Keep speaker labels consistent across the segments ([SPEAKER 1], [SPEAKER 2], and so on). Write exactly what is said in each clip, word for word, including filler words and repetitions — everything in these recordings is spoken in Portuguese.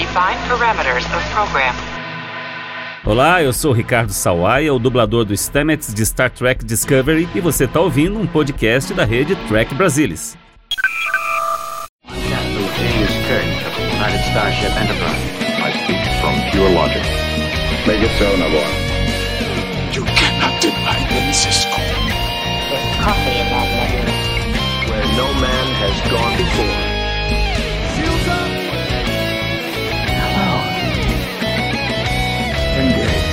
[SPEAKER 1] Define parameters of program.
[SPEAKER 2] Olá, eu sou o Ricardo Sawaia, o dublador do Stamets de Star Trek Discovery, e você está ouvindo um podcast da rede Trek Brasilis.
[SPEAKER 3] Captain James Kirk of the United Starship Enterprise. I speak from pure logic.
[SPEAKER 4] Make it so, Nabor.
[SPEAKER 5] You cannot deny them, Cisco.
[SPEAKER 6] There's coffee in that letter.
[SPEAKER 3] Where no man has gone before.
[SPEAKER 6] Hello.
[SPEAKER 3] Engage.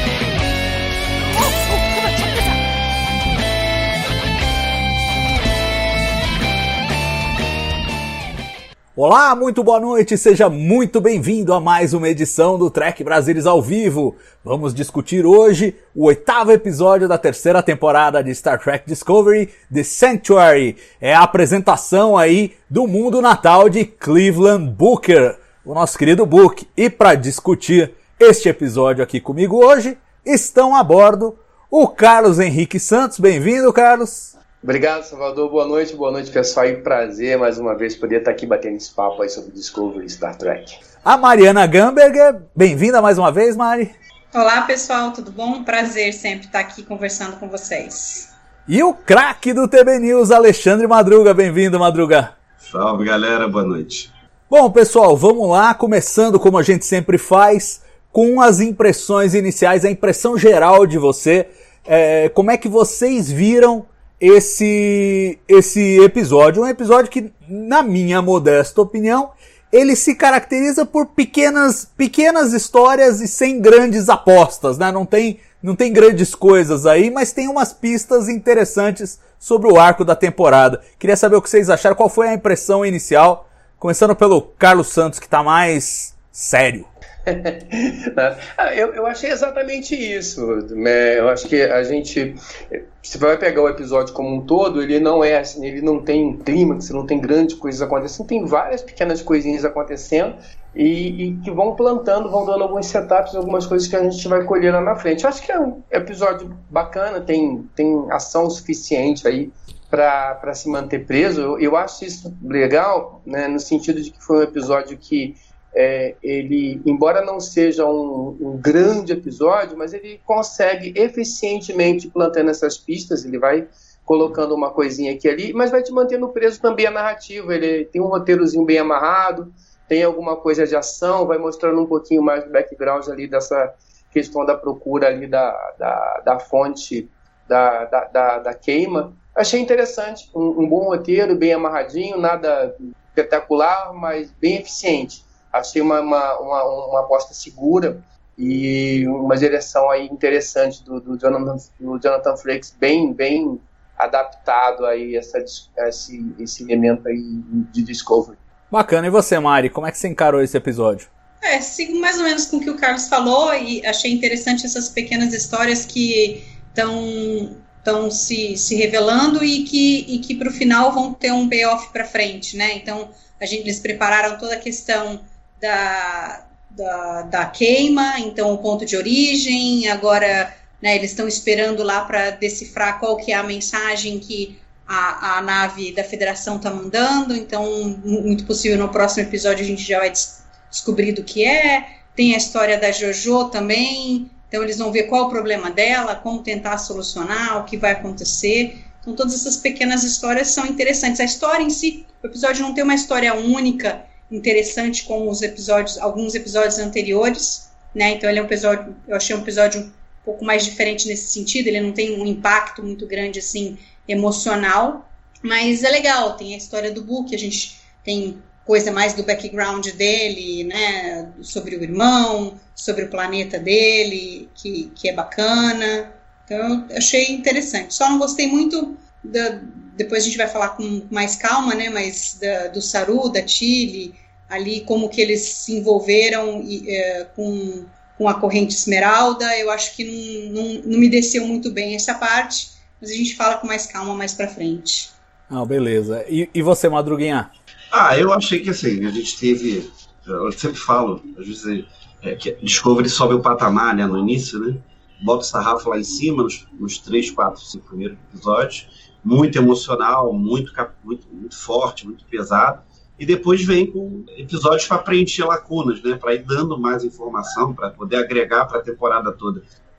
[SPEAKER 7] Olá, muito boa noite, seja muito bem-vindo a mais uma edição do Trek Brasilis ao vivo. Vamos discutir hoje o oitavo episódio da terceira temporada de Star Trek Discovery, The Sanctuary. É a apresentação aí do mundo natal de Cleveland Booker, o nosso querido Book. E para discutir este episódio aqui comigo hoje, estão a bordo o Carlos Henrique Santos. Bem-vindo, Carlos.
[SPEAKER 8] Obrigado, Salvador. Boa noite, boa noite, pessoal. E prazer, mais uma vez, poder estar aqui batendo esse papo aí sobre Discovery e Star Trek.
[SPEAKER 7] A Mariana Gamberger. Bem-vinda mais uma vez, Mari.
[SPEAKER 9] Olá, pessoal, tudo bom? Prazer sempre estar aqui conversando com vocês.
[SPEAKER 7] E o craque do T B News, Alexandre Madruga. Bem-vindo, Madruga.
[SPEAKER 10] Salve, galera. Boa noite.
[SPEAKER 7] Bom, pessoal, vamos lá, começando como a gente sempre faz, com as impressões iniciais, a impressão geral de você. É, como é que vocês viram esse, esse episódio? Um episódio que, na minha modesta opinião, ele se caracteriza por pequenas, pequenas histórias e sem grandes apostas, né? Não tem, não tem grandes coisas aí, mas tem umas pistas interessantes sobre o arco da temporada. Queria saber o que vocês acharam, qual foi a impressão inicial, começando pelo Carlos Santos, que está mais sério.
[SPEAKER 8] eu, eu achei exatamente isso. Eu acho que a gente, se vai pegar o episódio como um todo, ele não é assim, ele não tem um clímax, não tem grandes coisas acontecendo, tem várias pequenas coisinhas acontecendo e, e que vão plantando, vão dando alguns setups, algumas coisas que a gente vai colher lá na frente. Eu acho que é um episódio bacana, tem, tem ação suficiente aí para se manter preso. Eu, eu acho isso legal, né, no sentido de que foi um episódio que É, ele, embora não seja um, um grande episódio, mas ele consegue eficientemente plantando essas pistas, ele vai colocando uma coisinha aqui e ali, mas vai te mantendo preso também a narrativa. Ele tem um roteirozinho bem amarrado, tem alguma coisa de ação, vai mostrando um pouquinho mais do background ali dessa questão da procura ali da, da, da fonte da, da, da, da queima. Achei interessante, um, um bom roteiro, bem amarradinho, nada espetacular, mas bem eficiente. Achei uma, uma, uma, uma aposta segura e uma direção aí interessante do, do, Jonathan, do Jonathan Frakes, bem, bem adaptado aí essa, esse, esse elemento aí de Discovery.
[SPEAKER 7] Bacana. E você, Mari, como é que você encarou esse episódio?
[SPEAKER 9] É, sigo mais ou menos com o que o Carlos falou e achei interessante essas pequenas histórias que estão estão se, se revelando e que, e que para o final vão ter um payoff para frente, né? Então, a gente, eles prepararam toda a questão Da, da, da queima, então o ponto de origem, agora, né, eles estão esperando lá para decifrar qual que é a mensagem que a, a nave da Federação está mandando, então muito possível no próximo episódio a gente já vai des- descobrir do que é. Tem a história da Jojo também, então eles vão ver qual o problema dela, como tentar solucionar, o que vai acontecer. Então todas essas pequenas histórias são interessantes. A história em si, o episódio não tem uma história única, interessante como os episódios, alguns episódios anteriores, né? Então ele é um episódio, eu achei um episódio um pouco mais diferente nesse sentido, ele não tem um impacto muito grande assim, emocional, mas é legal, tem a história do Book, a gente tem coisa mais do background dele, né? Sobre o irmão, sobre o planeta dele, que, que é bacana, então eu achei interessante. Só não gostei muito da, depois a gente vai falar com mais calma, né? Mas da, do Saru, da Tilly, ali como que eles se envolveram e, é, com, com a corrente esmeralda, eu acho que não, não, não me desceu muito bem essa parte, mas a gente fala com mais calma mais pra frente.
[SPEAKER 7] Ah, beleza. E, e você, Madruguinha?
[SPEAKER 10] Ah, eu achei que assim, a gente teve, eu sempre falo, às vezes, é, que Discovery sobe o patamar, né, no início, né, bota o sarrafo lá em cima, nos, nos três, quatro, cinco primeiros episódios, muito emocional, muito, muito, muito forte, muito pesado. e depois vem com episódios para preencher lacunas, né? Para ir dando mais informação, para poder agregar para a temporada toda.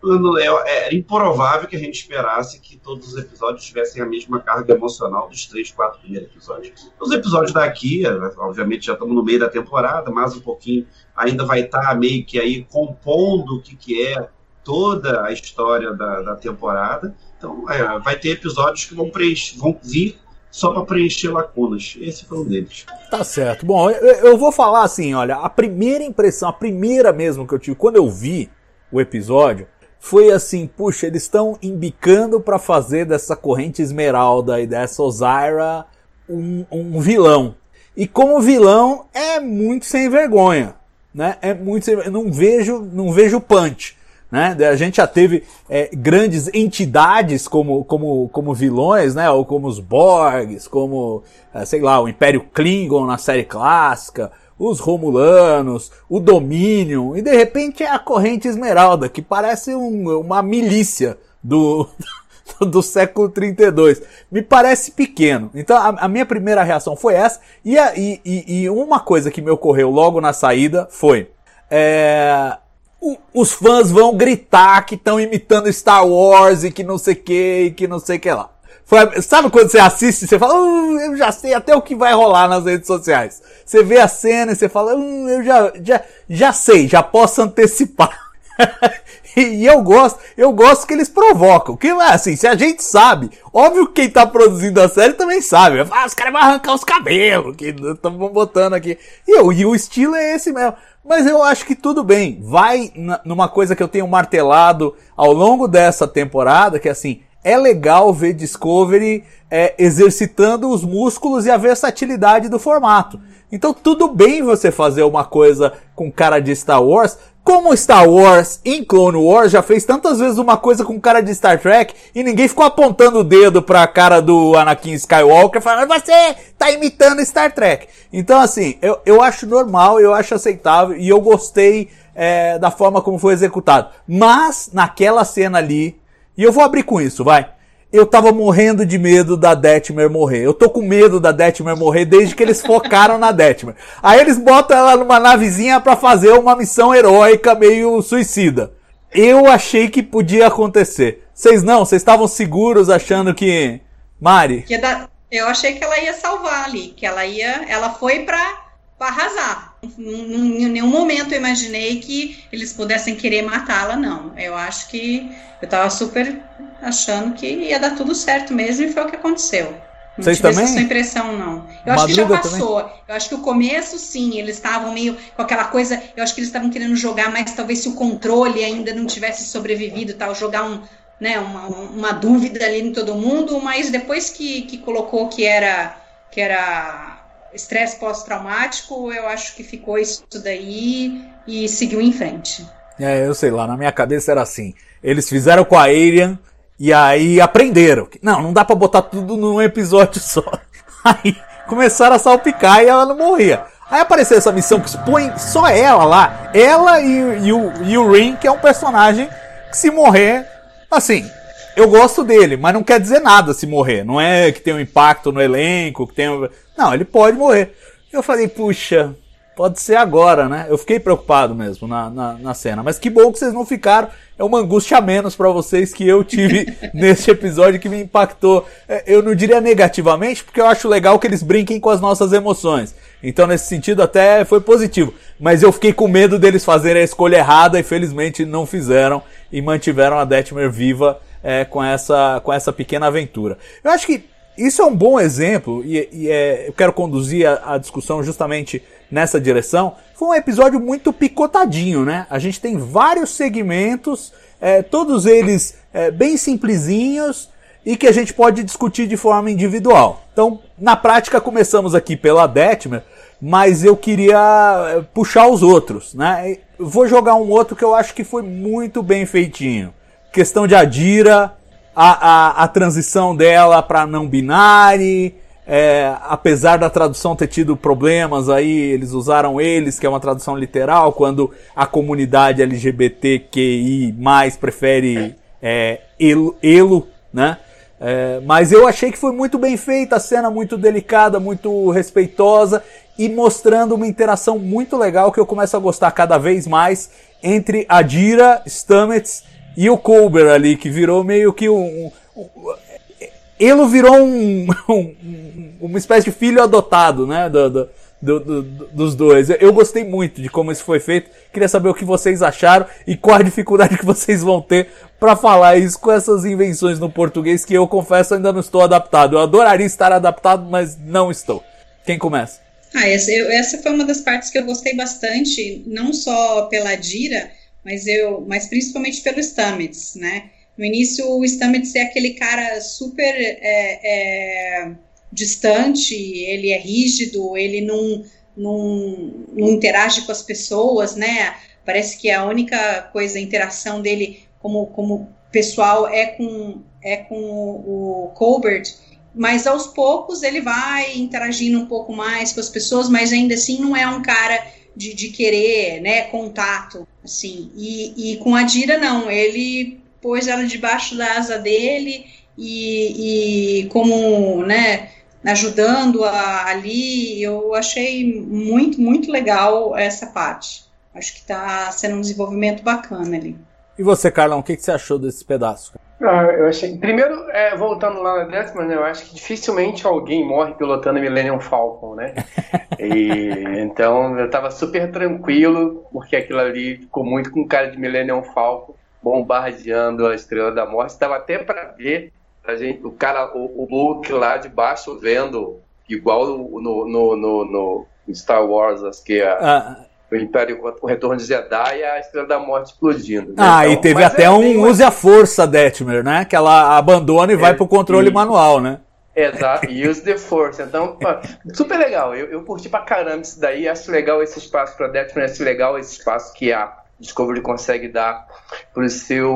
[SPEAKER 10] É, é improvável que a gente esperasse que todos os episódios tivessem a mesma carga emocional dos três, quatro primeiros episódios. Os episódios daqui, obviamente já estamos no meio da temporada, mais um pouquinho ainda vai estar meio que aí compondo o que, que é toda a história da, da temporada. Então é, vai ter episódios que vão, preencher, vão vir só para preencher lacunas. Esse foi um deles.
[SPEAKER 7] Tá certo. Bom, eu, eu vou falar assim, olha, a primeira impressão, a primeira mesmo que eu tive, quando eu vi o episódio, foi assim, puxa, eles estão embicando para fazer dessa corrente esmeralda e dessa Osyraa um, um vilão. E como vilão, é muito sem vergonha, né? É muito sem, não vejo, não vejo punch, né? A gente já teve é, grandes entidades como, como, como vilões, né? Ou como os Borgs, como, é, sei lá, o Império Klingon na série clássica, os Romulanos, o Dominion, e de repente é a Corrente Esmeralda, que parece um, uma milícia do, do século trinta e dois. Me parece pequeno. Então a, a minha primeira reação foi essa, e, a, e, e uma coisa que me ocorreu logo na saída foi... É, o, os fãs vão gritar que estão imitando Star Wars e que não sei o que, e que não sei o que lá. Foi, sabe quando você assiste e você fala, uh, eu já sei até o que vai rolar nas redes sociais. Você vê a cena e você fala, uh, eu já, já, já sei, já posso antecipar. e, e eu gosto, eu gosto que eles provocam. Que assim, se a gente sabe, óbvio que quem tá produzindo a série também sabe. Ah, os caras vão arrancar os cabelos, que estamos botando aqui. E, eu, e o estilo é esse mesmo. Mas eu acho que tudo bem. Vai na, numa coisa que eu tenho martelado ao longo dessa temporada, que é assim, é legal ver Discovery é, exercitando os músculos e a versatilidade do formato. Então tudo bem você fazer uma coisa com cara de Star Wars, como Star Wars em Clone Wars já fez tantas vezes uma coisa com cara de Star Trek e ninguém ficou apontando o dedo pra cara do Anakin Skywalker falando, você tá imitando Star Trek. Então assim, eu, eu acho normal, eu acho aceitável e eu gostei é, da forma como foi executado. Mas naquela cena ali, e eu vou abrir com isso, vai. Eu tava morrendo de medo da Detmer morrer. Eu tô com medo da Detmer morrer desde que eles focaram na Detmer. Aí eles botam ela numa navezinha pra fazer uma missão heróica meio suicida. Eu achei que podia acontecer. Vocês não? Vocês estavam seguros achando que... Mari?
[SPEAKER 9] Que da... Eu achei que ela ia salvar ali. Que ela ia... Ela foi pra... para arrasar. Em nenhum momento eu imaginei que eles pudessem querer matá-la, não. Eu acho que eu tava super achando que ia dar tudo certo mesmo e foi o que aconteceu. Não
[SPEAKER 7] Vocês
[SPEAKER 9] tive
[SPEAKER 7] também?
[SPEAKER 9] essa impressão, não. Eu acho
[SPEAKER 7] Madruga
[SPEAKER 9] que já passou.
[SPEAKER 7] Também?
[SPEAKER 9] Eu acho que o começo, sim, eles estavam meio com aquela coisa, eu acho que eles estavam querendo jogar, mas talvez se o controle ainda não tivesse sobrevivido e tal, jogar um, né, uma, uma dúvida ali em todo mundo, mas depois que, que colocou que era... Que era estresse pós-traumático, eu acho que ficou isso daí e seguiu em frente.
[SPEAKER 7] É, eu sei lá, na minha cabeça era assim. Eles fizeram com a Arian e aí aprenderam. Não, não dá pra botar tudo num episódio só. Aí começaram a salpicar e ela não morria. Aí apareceu essa missão que expõe só ela lá. Ela e, e, o, e o Rin, que é um personagem que se morrer, assim... Eu gosto dele, mas não quer dizer nada se morrer. Não é que tem um impacto no elenco, que tem um... Não, ele pode morrer. Eu falei, puxa, pode ser agora, né? Eu fiquei preocupado mesmo na, na, na cena. Mas que bom que vocês não ficaram. É uma angústia a menos pra vocês que eu tive neste episódio que me impactou. Eu não diria negativamente, porque eu acho legal que eles brinquem com as nossas emoções. Então, nesse sentido, até foi positivo. Mas eu fiquei com medo deles fazerem a escolha errada e felizmente não fizeram e mantiveram a Detmer viva É, com, essa, com essa pequena aventura. Eu acho que isso é um bom exemplo, e, e é, eu quero conduzir a, a discussão justamente nessa direção. Foi um episódio muito picotadinho, né? A gente tem vários segmentos, é, todos eles é, bem simplesinhos, e que a gente pode discutir de forma individual. Então, na prática, começamos aqui pela Detmer, mas eu queria puxar os outros, né? Eu vou jogar um outro que eu acho que foi muito bem feitinho. Questão de Adira, a, a, a transição dela para não binário, é, apesar da tradução ter tido problemas aí, eles usaram eles, que é uma tradução literal, quando a comunidade L G B T Q I mais, prefere é, elo, elo, né? É, mas eu achei que foi muito bem feita, a cena muito delicada, muito respeitosa, e mostrando uma interação muito legal que eu começo a gostar cada vez mais entre a Adira, Stamets e o Culber ali, que virou meio que um... um, um ele virou um, um, uma espécie de filho adotado, né, do, do, do, do, dos dois. Eu gostei muito de como isso foi feito. Queria saber o que vocês acharam e qual a dificuldade que vocês vão ter para falar isso com essas invenções no português que eu, confesso, ainda não estou adaptado. Eu adoraria estar adaptado, mas não estou. Quem começa?
[SPEAKER 9] Ah, essa, eu, essa foi uma das partes que eu gostei bastante, não só pela Adira, mas, eu, mas principalmente pelo Stamets, né? No início, o Stamets é aquele cara super é, é, distante, ele é rígido, ele não, não, não interage com as pessoas, né? Parece que a única coisa, a interação dele como, como pessoal é com, é com o Colbert, mas aos poucos ele vai interagindo um pouco mais com as pessoas, mas ainda assim não é um cara de, de querer, né, contato, assim. E, e com a Adira, não, ele... pôs ela debaixo da asa dele e, e como, né, ajudando-a ali, eu achei muito, muito legal essa parte. Acho que está sendo um desenvolvimento bacana ali.
[SPEAKER 7] E você, Carlão, o que, que você achou desse pedaço?
[SPEAKER 8] Ah, eu achei... Primeiro, é, voltando lá na décima, né, eu acho que dificilmente alguém morre pilotando a Millennium Falcon, né? E, então, eu estava super tranquilo, porque aquilo ali ficou muito com cara de Millennium Falcon, bombardeando a Estrela da Morte. Estava até para ver a gente, o cara, o, o Luke lá de baixo vendo, igual no, no, no, no Star Wars, acho que a, ah. o Império, o Retorno de Jedi e a Estrela da Morte explodindo. Né?
[SPEAKER 7] Ah,
[SPEAKER 8] então,
[SPEAKER 7] e teve até é um use a força, Detmer, né? Que ela abandona e é, vai pro controle e... manual, né?
[SPEAKER 8] Exato, use the force. Então, pô, super legal. Eu, eu curti pra caramba isso daí. Acho legal esse espaço pra Detmer, acho legal esse espaço que a Discovery consegue dar para os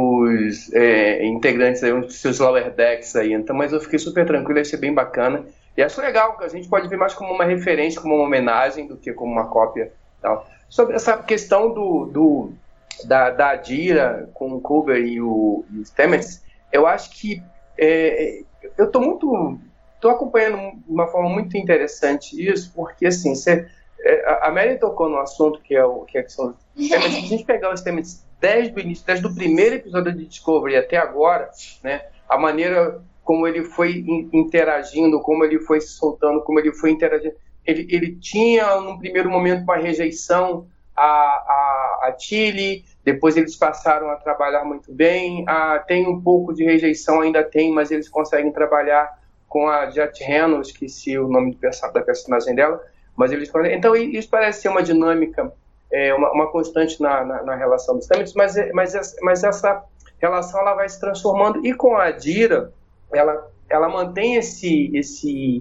[SPEAKER 8] seus é, integrantes, aí, os seus lower decks aí. Então, mas eu fiquei super tranquilo, achei bem bacana. E acho legal, que a gente pode ver mais como uma referência, como uma homenagem, do que como uma cópia. Tal. Sobre essa questão do, do, da, da Adira com o Culber e o, e o Stamets, eu acho que é, eu estou muito... Estou acompanhando de uma forma muito interessante isso, porque assim, você... A Mary tocou no assunto que é o que, é que são os Stamets. Se a gente pegar os Stamets desde o início, desde o primeiro episódio de Discovery até agora, né, a maneira como ele foi interagindo, como ele foi se soltando, como ele foi interagindo, ele, ele tinha num primeiro momento uma rejeição a, a, a Tilly, depois eles passaram a trabalhar muito bem, a, tem um pouco de rejeição, ainda tem, mas eles conseguem trabalhar com a Jet Reno, esqueci o nome do, da personagem dela. Mas eles, então, isso parece ser uma dinâmica, é, uma, uma constante na, na, na relação dos Stamets, mas, mas, mas essa relação ela vai se transformando. E com a Adira, ela, ela mantém esse, esse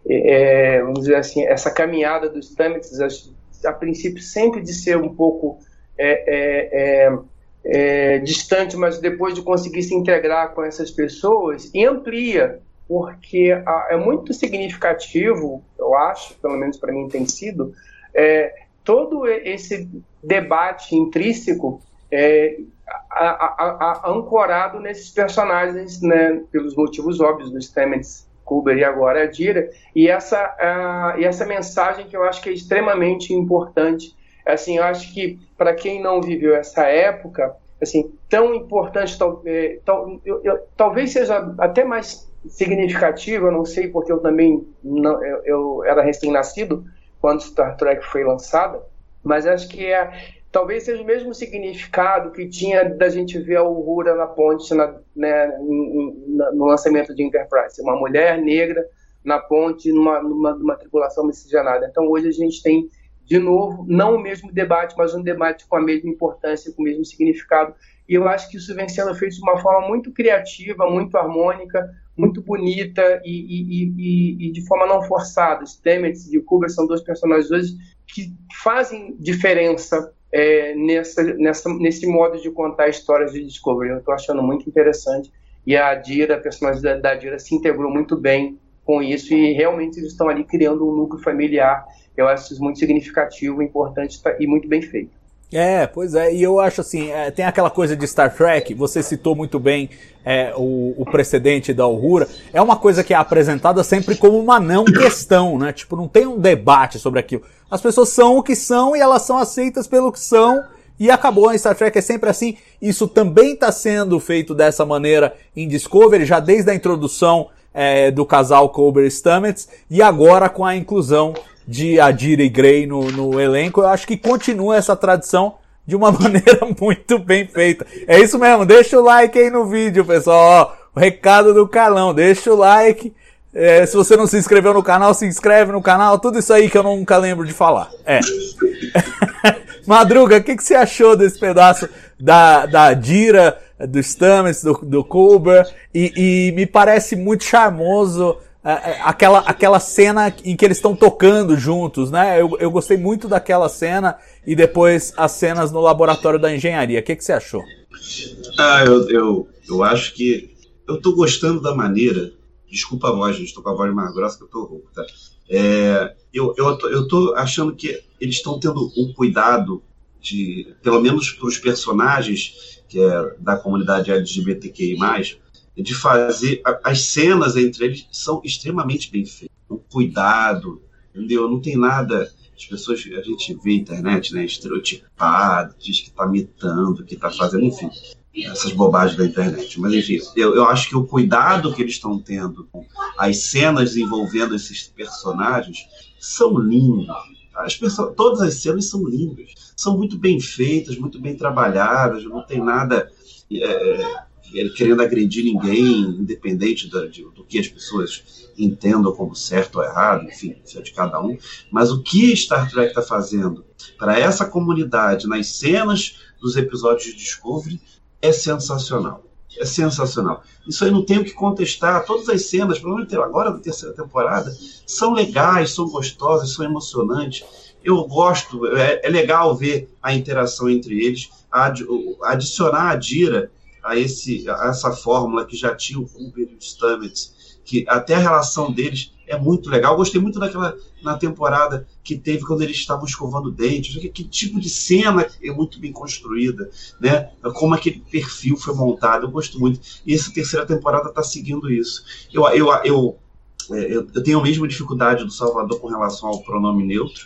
[SPEAKER 8] é, vamos dizer assim, essa caminhada dos Stamets, a, a princípio sempre de ser um pouco é, é, é, é, distante, mas depois de conseguir se integrar com essas pessoas, e amplia, porque a, é muito significativo, eu acho, pelo menos para mim tem sido, é, todo esse debate intrínseco é, a, a, a, ancorado nesses personagens, né, pelos motivos óbvios dos Stamets, Culber e agora a Adira, e essa, a, e essa mensagem que eu acho que é extremamente importante. Assim, eu acho que para quem não viveu essa época, assim, tão importante, tal, é, tal, eu, eu, talvez seja até mais significativo, eu não sei porque eu também não, eu, eu era recém-nascido quando Star Trek foi lançada, mas acho que é, talvez seja o mesmo significado que tinha da gente ver a Uhura na ponte, na, né, no lançamento de Enterprise, uma mulher negra na ponte numa, numa, numa tripulação miscigenada. Então hoje a gente tem de novo, não o mesmo debate, mas um debate com a mesma importância, com o mesmo significado, e eu acho que isso vem sendo feito de uma forma muito criativa, muito harmônica, muito bonita e, e, e, e de forma não forçada. Stamets e o Culber são dois personagens hoje que fazem diferença é, nessa, nessa, nesse modo de contar histórias de Discovery. Eu estou achando muito interessante, e a Adira, a personagem da, da Adira, se integrou muito bem com isso, e realmente eles estão ali criando um núcleo familiar. Eu acho isso muito significativo, importante e muito bem feito.
[SPEAKER 7] É, pois é, e eu acho assim, é, tem aquela coisa de Star Trek, você citou muito bem é, o, o precedente da Uhura, é uma coisa que é apresentada sempre como uma não questão, né? Tipo, não tem um debate sobre aquilo. As pessoas são o que são e elas são aceitas pelo que são e acabou. Em Star Trek é sempre assim. Isso também está sendo feito dessa maneira em Discovery, já desde a introdução é, do casal Culber e Stamets e agora com a inclusão de Adira e Grey no, no elenco. Eu acho que continua essa tradição de uma maneira muito bem feita. É isso mesmo, deixa o like aí no vídeo, pessoal. Ó, o recado do Carlão, deixa o like. É, se você não se inscreveu no canal, se inscreve no canal. Tudo isso aí que eu nunca lembro de falar. É. Madruga, o que, que você achou desse pedaço da, da Adira, do Stamets, do, do Culber? E, e me parece muito charmoso aquela, aquela cena em que eles estão tocando juntos, né? Eu, eu gostei muito daquela cena e depois as cenas no laboratório da engenharia. O que, que você achou?
[SPEAKER 10] Ah, eu, eu, eu acho que eu tô gostando da maneira. Desculpa a voz, gente, tô com a voz mais grossa que eu tô rouco, tá? É, eu, eu, tô, eu tô achando que eles estão tendo um cuidado de, pelo menos para os personagens que é da comunidade L G B T Q I mais, de fazer, as cenas entre eles são extremamente bem feitas, um cuidado, entendeu? Não tem nada, as pessoas, a gente vê a internet, né, estereotipado, diz que tá mitando, que tá fazendo, enfim, essas bobagens da internet, mas enfim, eu, eu acho que o cuidado que eles estão tendo, as cenas envolvendo esses personagens, são lindas, as pessoas, todas as cenas são lindas, são muito bem feitas, muito bem trabalhadas, não tem nada... É, querendo agredir ninguém, independente do, de, do que as pessoas entendam como certo ou errado, enfim, isso é de cada um. Mas o que Star Trek está fazendo para essa comunidade nas cenas dos episódios de Discovery é sensacional. É sensacional. Isso aí não tem o que contestar. Todas as cenas, pelo menos agora da terceira temporada, são legais, são gostosas, são emocionantes. Eu gosto, é, é legal ver a interação entre eles, ad, adicionar a Dira a, esse, a essa fórmula que já tinha o Culber e o Stamets, que até a relação deles é muito legal. Eu gostei muito daquela na temporada que teve quando eles estavam escovando dentes, que, que tipo de cena é muito bem construída, né? Como aquele perfil foi montado, eu gosto muito. E essa terceira temporada está seguindo isso. Eu, eu, eu, eu, eu tenho a mesma dificuldade do Salvador com relação ao pronome neutro.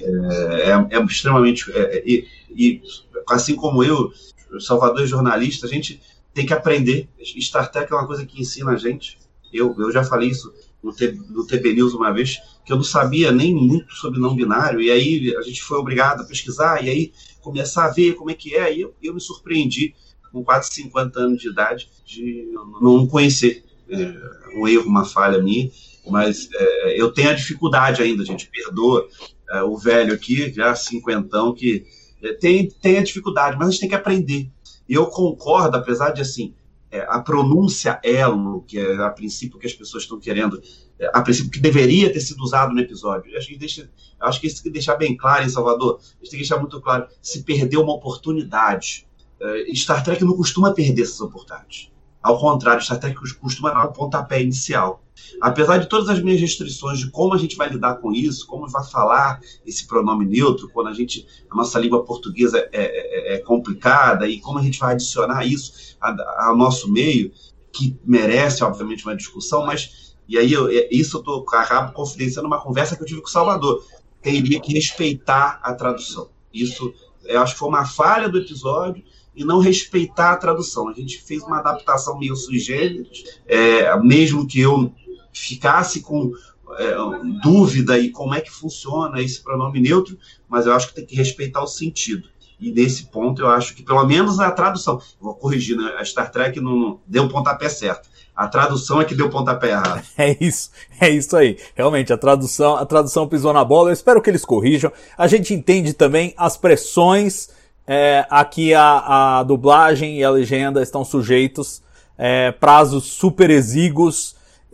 [SPEAKER 10] É, é, é extremamente... É, e, e assim como eu, o Salvador é jornalista, a gente tem que aprender. Star Trek é uma coisa que ensina a gente. Eu, eu já falei isso no, T, no T B News uma vez, que eu não sabia nem muito sobre não binário, e aí a gente foi obrigado a pesquisar, e aí começar a ver como é que é, e eu, eu me surpreendi, com quase cinquenta anos de idade, de não conhecer. É, um erro, uma falha minha, mas é, eu tenho a dificuldade ainda, gente, perdoa é, o velho aqui, já cinquentão, que é, tem, tem a dificuldade, mas a gente tem que aprender. E eu concordo, apesar de, assim, é, a pronúncia elo, que é a princípio que as pessoas estão querendo, é, a princípio que deveria ter sido usado no episódio. Eu acho que, deixa, acho que isso tem que deixar bem claro em Salvador, a gente tem que deixar muito claro, se perdeu uma oportunidade. É, Star Trek não costuma perder essas oportunidades. Ao contrário, Star Trek costuma dar o pontapé inicial. Apesar de todas as minhas restrições de como a gente vai lidar com isso, como vai falar esse pronome neutro, quando a gente, a nossa língua portuguesa é, é, é complicada, e como a gente vai adicionar isso ao nosso meio, que merece, obviamente, uma discussão, mas, e aí eu, isso eu tô, acabo confidenciando uma conversa que eu tive com o Salvador, teria que respeitar a tradução. Isso, eu acho que foi uma falha do episódio, e não respeitar a tradução. A gente fez uma adaptação meio sui generis, é, mesmo que eu ficasse com é, dúvida e como é que funciona esse pronome neutro, mas eu acho que tem que respeitar o sentido. E nesse ponto eu acho que pelo menos a tradução, vou corrigir, né? A Star Trek não deu o pontapé certo. A tradução é que deu o pontapé errado.
[SPEAKER 7] É isso, é isso aí. Realmente, a tradução, a tradução pisou na bola. Eu espero que eles corrijam. A gente entende também as pressões. É, aqui a, a dublagem e a legenda estão sujeitos é, prazos super exíguos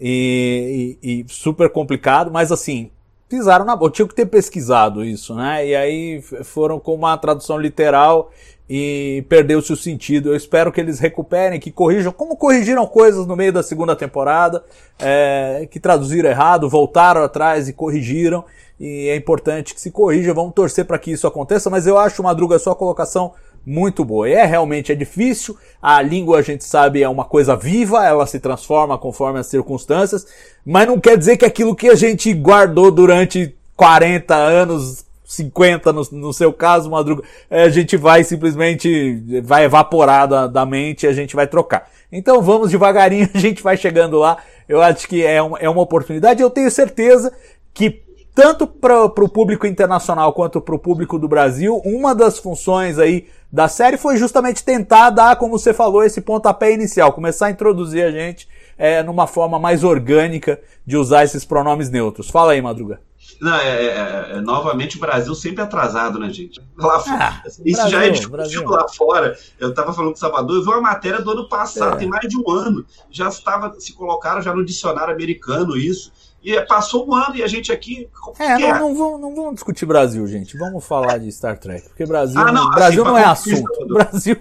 [SPEAKER 7] e, e, e super complicado, mas assim, pisaram na bola. Tinha que ter pesquisado isso, né? E aí foram com uma tradução literal e perdeu-se o sentido. Eu espero que eles recuperem, que corrijam, como corrigiram coisas no meio da segunda temporada, é, que traduziram errado, voltaram atrás e corrigiram. e é importante que se corrija, vamos torcer para que isso aconteça, mas eu acho, Madruga, a sua colocação muito boa. É, realmente é difícil, a língua a gente sabe é uma coisa viva, ela se transforma conforme as circunstâncias, mas não quer dizer que aquilo que a gente guardou durante quarenta anos, cinquenta no, no seu caso, Madruga, a gente vai simplesmente, vai evaporar da, da mente e a gente vai trocar. Então vamos devagarinho, a gente vai chegando lá, eu acho que é, um, é uma oportunidade, eu tenho certeza que tanto para o público internacional quanto para o público do Brasil, uma das funções aí da série foi justamente tentar dar, como você falou, esse pontapé inicial, começar a introduzir a gente é, numa forma mais orgânica de usar esses pronomes neutros. Fala aí, Madruga.
[SPEAKER 10] Não, é, é, é, novamente o Brasil sempre atrasado, né, gente? Lá fora, ah, isso Brasil, já é discutido lá fora. Eu estava falando com o Salvador, eu vi uma matéria do ano passado, é. tem mais de um ano. Já estava, se colocaram já no dicionário americano isso. E passou um ano e a gente aqui...
[SPEAKER 7] É, não, não, vamos, não vamos discutir Brasil, gente. Vamos falar de Star Trek. Porque Brasil, ah, não, Brasil assim, não é assunto. Do... Brasil...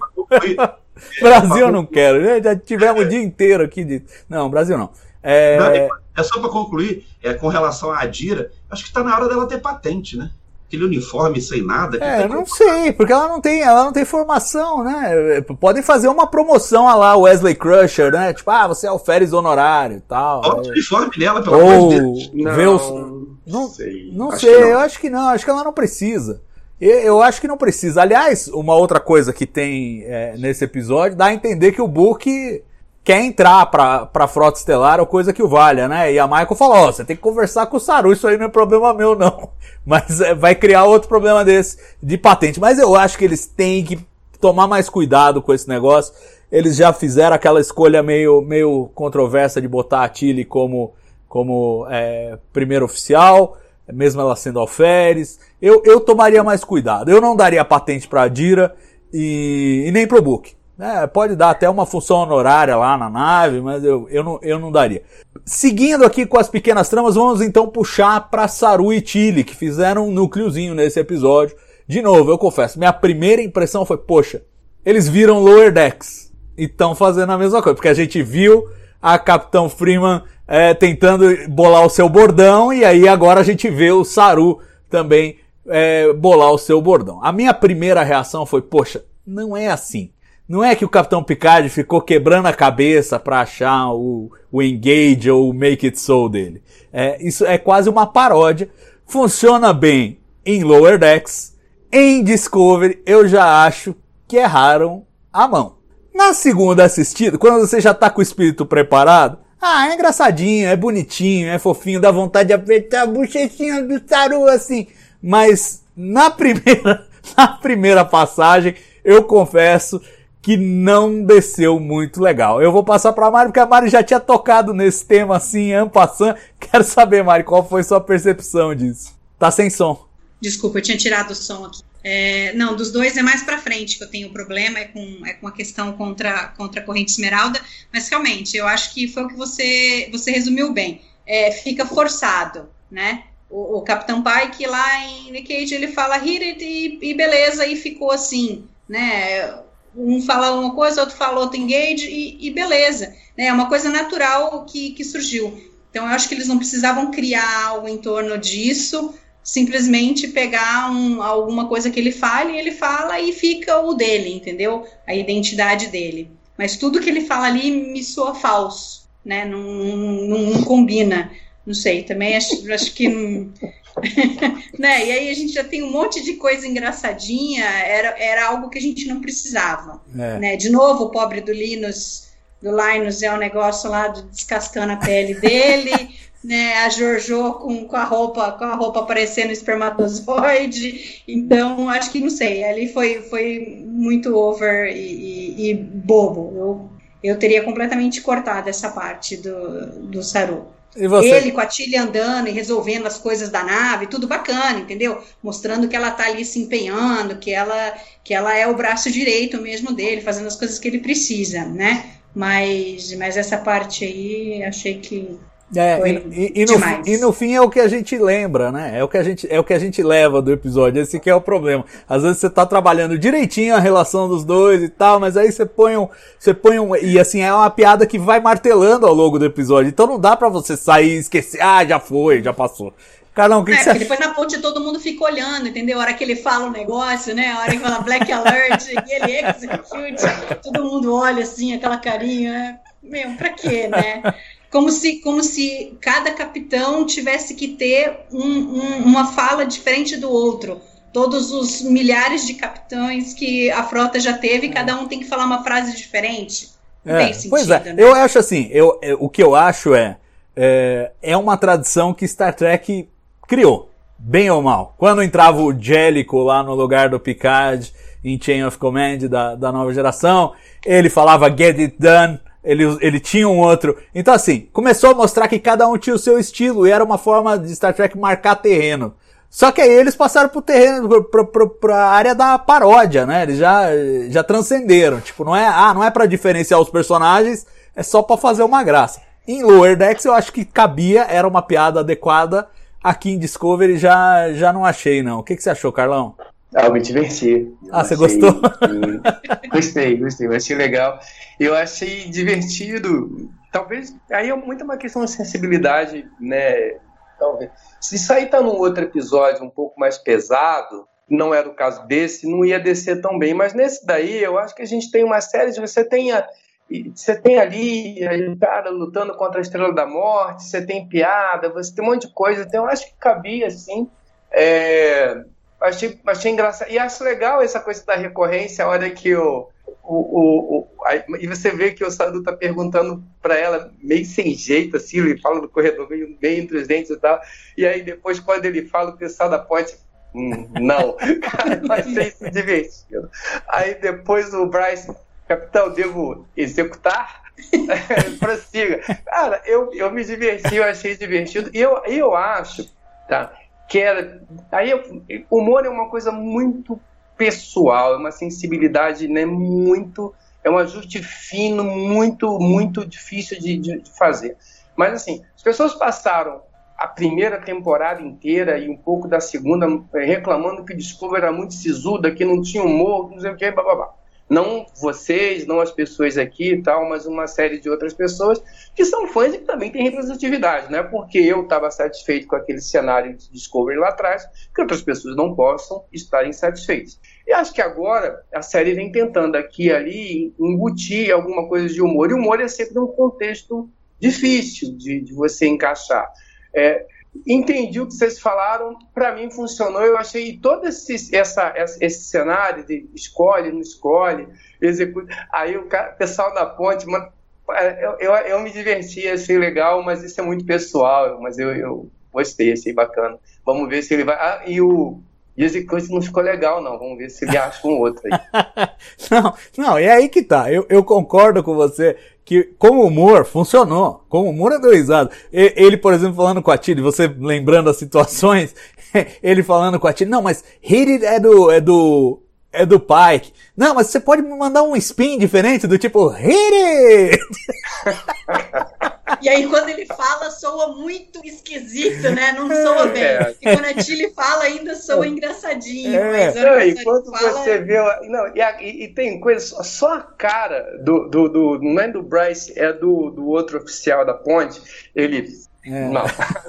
[SPEAKER 7] Brasil eu não quero. Já tivemos o dia inteiro aqui de... Não, Brasil não. É,
[SPEAKER 10] não, é só para concluir, é, com relação à Adira, acho que está na hora dela ter patente, né? Aquele uniforme sem nada.
[SPEAKER 7] É, não sei, porque ela não tem, ela não tem formação, né? Podem fazer uma promoção a lá Wesley Crusher, né? Tipo, ah, você é alferes honorário e tal.
[SPEAKER 10] Olha o uniforme dela, pelo amor de Deus.
[SPEAKER 7] Não, os... não sei. Não acho sei, não. eu acho que não, acho que ela não precisa. Eu, eu acho que não precisa. Aliás, uma outra coisa que tem é, nesse episódio, dá a entender que o Book quer entrar pra, pra Frota Estelar ou coisa que o valha, né? E a Michael falou, ó, oh, você tem que conversar com o Saru, isso aí não é problema meu, não. Mas é, vai criar outro problema desse, de patente. Mas eu acho que eles têm que tomar mais cuidado com esse negócio. Eles já fizeram aquela escolha meio, meio controversa de botar a Tilly como, como é, primeiro oficial, mesmo ela sendo alferes. Eu, eu tomaria mais cuidado. Eu não daria patente pra Adira e, e nem pro Book. É, pode dar até uma função honorária lá na nave, mas eu, eu, não, eu não daria. Seguindo aqui com as pequenas tramas, vamos então puxar para Saru e Tilly, que fizeram um núcleozinho nesse episódio. De novo, eu confesso, minha primeira impressão foi, poxa, eles viram Lower Decks e estão fazendo a mesma coisa, porque a gente viu a Capitão Freeman é, tentando bolar o seu bordão, e aí agora a gente vê o Saru também é, bolar o seu bordão. A minha primeira reação foi, poxa, não é assim. Não é que o Capitão Picard ficou quebrando a cabeça para achar o, o Engage ou o Make It So dele. É, isso é quase uma paródia. Funciona bem em Lower Decks. Em Discovery, eu já acho que erraram a mão. Na segunda assistida, quando você já tá com o espírito preparado, ah, é engraçadinho, é bonitinho, é fofinho, dá vontade de apertar a bochechinha do Saru assim. Mas na primeira, na primeira passagem, eu confesso que não desceu muito legal. Eu vou passar pra Mari, porque a Mari já tinha tocado nesse tema assim, en passant. Quero saber, Mari, qual foi sua percepção disso? Tá sem som.
[SPEAKER 9] Desculpa, eu tinha tirado o som aqui. É, não, dos dois é mais pra frente que eu tenho problema, é com, é com a questão contra, contra a corrente esmeralda, mas realmente, eu acho que foi o que você, você resumiu bem. É, fica forçado, né? O, o Capitão Pike lá em The Cage, ele fala hit it e, e beleza, e ficou assim, né? Um fala uma coisa, outro fala outro engage e, e beleza, né? É uma coisa natural que, que surgiu. Então eu acho que eles não precisavam criar algo em torno disso, simplesmente pegar um, alguma coisa que ele fale, ele fala e fica o dele, entendeu? A identidade dele. Mas tudo que ele fala ali me soa falso, né? Não, não, não combina. Não sei, também acho, acho que não... né? E aí a gente já tem um monte de coisa engraçadinha, era, era algo que a gente não precisava, é. Né? De novo, o pobre do Linus, do Linus é um negócio lá do, descascando a pele dele, né? A Jojo com, com a roupa com a roupa parecendo espermatozoide. Então acho que não sei, ali foi, foi muito over e, e, e bobo. Eu, eu teria completamente cortado essa parte do, do Saru. Ele com a Tilly andando e resolvendo as coisas da nave, tudo bacana, entendeu? Mostrando que ela tá ali se empenhando, que ela, que ela é o braço direito mesmo dele, fazendo as coisas que ele precisa, né? Mas, mas essa parte aí, achei que
[SPEAKER 7] é, foi e, e, demais. No, e no fim é o que a gente lembra, né? É o que a gente, é o que a gente leva do episódio, esse que é o problema. Às vezes você tá trabalhando direitinho a relação dos dois e tal, mas aí você põe um, você põe um, e assim, é uma piada que vai martelando ao longo do episódio, então não dá pra você sair e esquecer, ah, já foi, já passou. Carlão, o que,
[SPEAKER 9] é,
[SPEAKER 7] que você acha?
[SPEAKER 9] Depois na ponte todo mundo fica olhando, entendeu? A hora que ele fala o negócio, né? A hora que fala Black Alert e ele execute, todo mundo olha assim, aquela carinha, né? Meu, pra quê, né? Como se, como se cada capitão tivesse que ter um, um, uma fala diferente do outro. Todos os milhares de capitães que a frota já teve, cada um tem que falar uma frase diferente. Não
[SPEAKER 7] É,
[SPEAKER 9] tem sentido,
[SPEAKER 7] pois é,
[SPEAKER 9] né?
[SPEAKER 7] eu acho assim, eu, eu- o que eu acho é, é, é uma tradição que Star Trek criou, bem ou mal. Quando entrava o Jellicoe lá no lugar do Picard, em Chain of Command da, da nova geração, ele falava Get It Done, ele, ele tinha um outro. Então assim, começou a mostrar que cada um tinha o seu estilo, e era uma forma de Star Trek marcar terreno. Só que aí eles passaram pro terreno, pro, pro, pra área da paródia, né? Eles já, já transcenderam. Tipo, não é, ah, não é pra diferenciar os personagens, é só pra fazer uma graça. Em Lower Decks eu acho que cabia, era uma piada adequada. Aqui em Discovery já, já não achei, não. O que, que você achou, Carlão?
[SPEAKER 8] Ah, eu me diverti. Eu
[SPEAKER 7] Ah, você
[SPEAKER 8] achei-
[SPEAKER 7] gostou?
[SPEAKER 8] Gostei, gostei. Eu achei legal. Eu achei divertido. Talvez, aí é muito uma questão de sensibilidade, né? Talvez. Se isso aí tá num outro episódio um pouco mais pesado, não era o caso desse, não ia descer tão bem. Mas nesse daí, eu acho que a gente tem uma série de... Você tem, a, você tem ali aí o cara lutando contra a Estrela da Morte, você tem piada, você tem um monte de coisa. Então eu acho que cabia, assim. É, achei, achei engraçado. E acho legal essa coisa da recorrência, a hora que o... O, o, o, aí, e você vê que o Sadu tá perguntando pra ela meio sem jeito, assim, ele fala no corredor meio, meio entre os dentes e tal, e aí depois quando ele fala o pessoal da ponte, hum, não, cara, eu achei isso divertido. Aí depois o Bryce, capitão, devo executar? Prossiga. Cara, eu, eu me diverti, eu achei divertido, e eu, eu acho, tá, que era, aí eu, humor é uma coisa muito pessoal, é uma sensibilidade, né, muito, é um ajuste fino, muito, muito difícil de, de, de fazer. Mas assim, as pessoas passaram a primeira temporada inteira e um pouco da segunda reclamando que o Discovery era muito sisuda, que não tinha humor, não sei o que, blá, blá, blá. Não vocês, não as pessoas aqui e tal, mas uma série de outras pessoas que são fãs e que também têm representatividade, não é porque eu estava satisfeito com aquele cenário de Discovery lá atrás que outras pessoas não possam estar insatisfeitas. E acho que agora a série vem tentando aqui e ali embutir alguma coisa de humor, e o humor é sempre um contexto difícil de, de você encaixar. É, entendi o que vocês falaram, para mim funcionou, eu achei todo esse, essa, esse cenário de escolhe, não escolhe, executa, aí o, cara, o pessoal da ponte, mano, eu, eu, eu me diverti, achei legal, mas isso é muito pessoal, mas eu, eu gostei, achei bacana, vamos ver se ele vai, ah, e o E esse coisa não ficou legal, não. Vamos ver se ele acha um outro aí.
[SPEAKER 7] não, não, é aí que tá. Eu, eu concordo com você que, como humor, funcionou. Como humor é deu risada. Ele, por exemplo, falando com a Tilly, você lembrando as situações, ele falando com a Tilly, não, mas Hit It é do, é do, é do Pike. Não, mas você pode me mandar um spin diferente, do tipo, Hit It!
[SPEAKER 9] E aí quando ele fala, soa muito esquisito, né? Não soa bem. É. E quando a Tilly fala, ainda soa engraçadinho.
[SPEAKER 7] É.
[SPEAKER 9] Mas
[SPEAKER 8] não, e quando
[SPEAKER 9] fala...
[SPEAKER 8] você vê... Não, e, a, e, e tem coisa, só, só a cara do, do, do... Não é do Bryce, é do, do outro oficial da ponte. Ele... É. Não.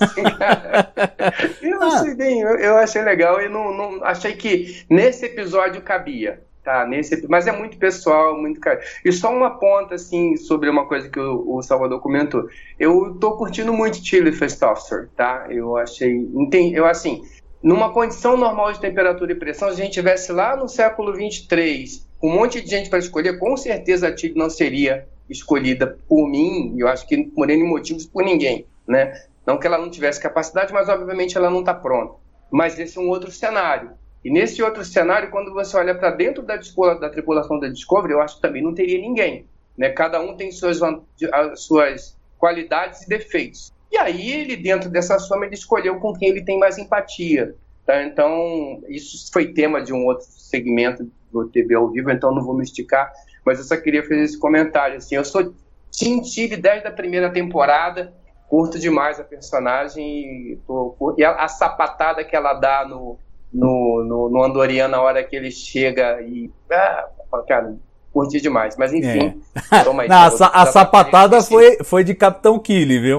[SPEAKER 8] eu, achei bem, eu, eu achei legal e não, não achei que nesse episódio cabia. Tá, nesse, mas é muito pessoal, muito caro. E só uma ponta, assim, sobre uma coisa que o, o Salvador comentou. Eu tô curtindo muito Tilly First Officer, tá? Eu achei... Entendi, eu, assim, numa condição normal de temperatura e pressão, se a gente estivesse lá no século vinte e três, com um monte de gente para escolher, com certeza a Tilly não seria escolhida por mim, eu acho que por N motivos, por ninguém, né? Não que ela não tivesse capacidade, mas obviamente ela não está pronta. Mas esse é um outro cenário. E nesse outro cenário, quando você olha para dentro da, da tripulação da Discovery, eu acho que também não teria ninguém, né? Cada um tem suas, suas qualidades e defeitos. E aí, ele, dentro dessa soma, ele escolheu com quem ele tem mais empatia. Tá? Então, isso foi tema de um outro segmento do T V ao vivo, então não vou me esticar, mas eu só queria fazer esse comentário. Assim, eu sou Team Tilly desde a primeira temporada, curto demais a personagem, e, tô, e a, a sapatada que ela dá no... No, no, no Andoriano, na hora que ele chega e... Ah, cara, curti demais. Mas enfim...
[SPEAKER 7] É. Toma aí, Não, a, a sapatada foi, foi de Capitão Killy, viu?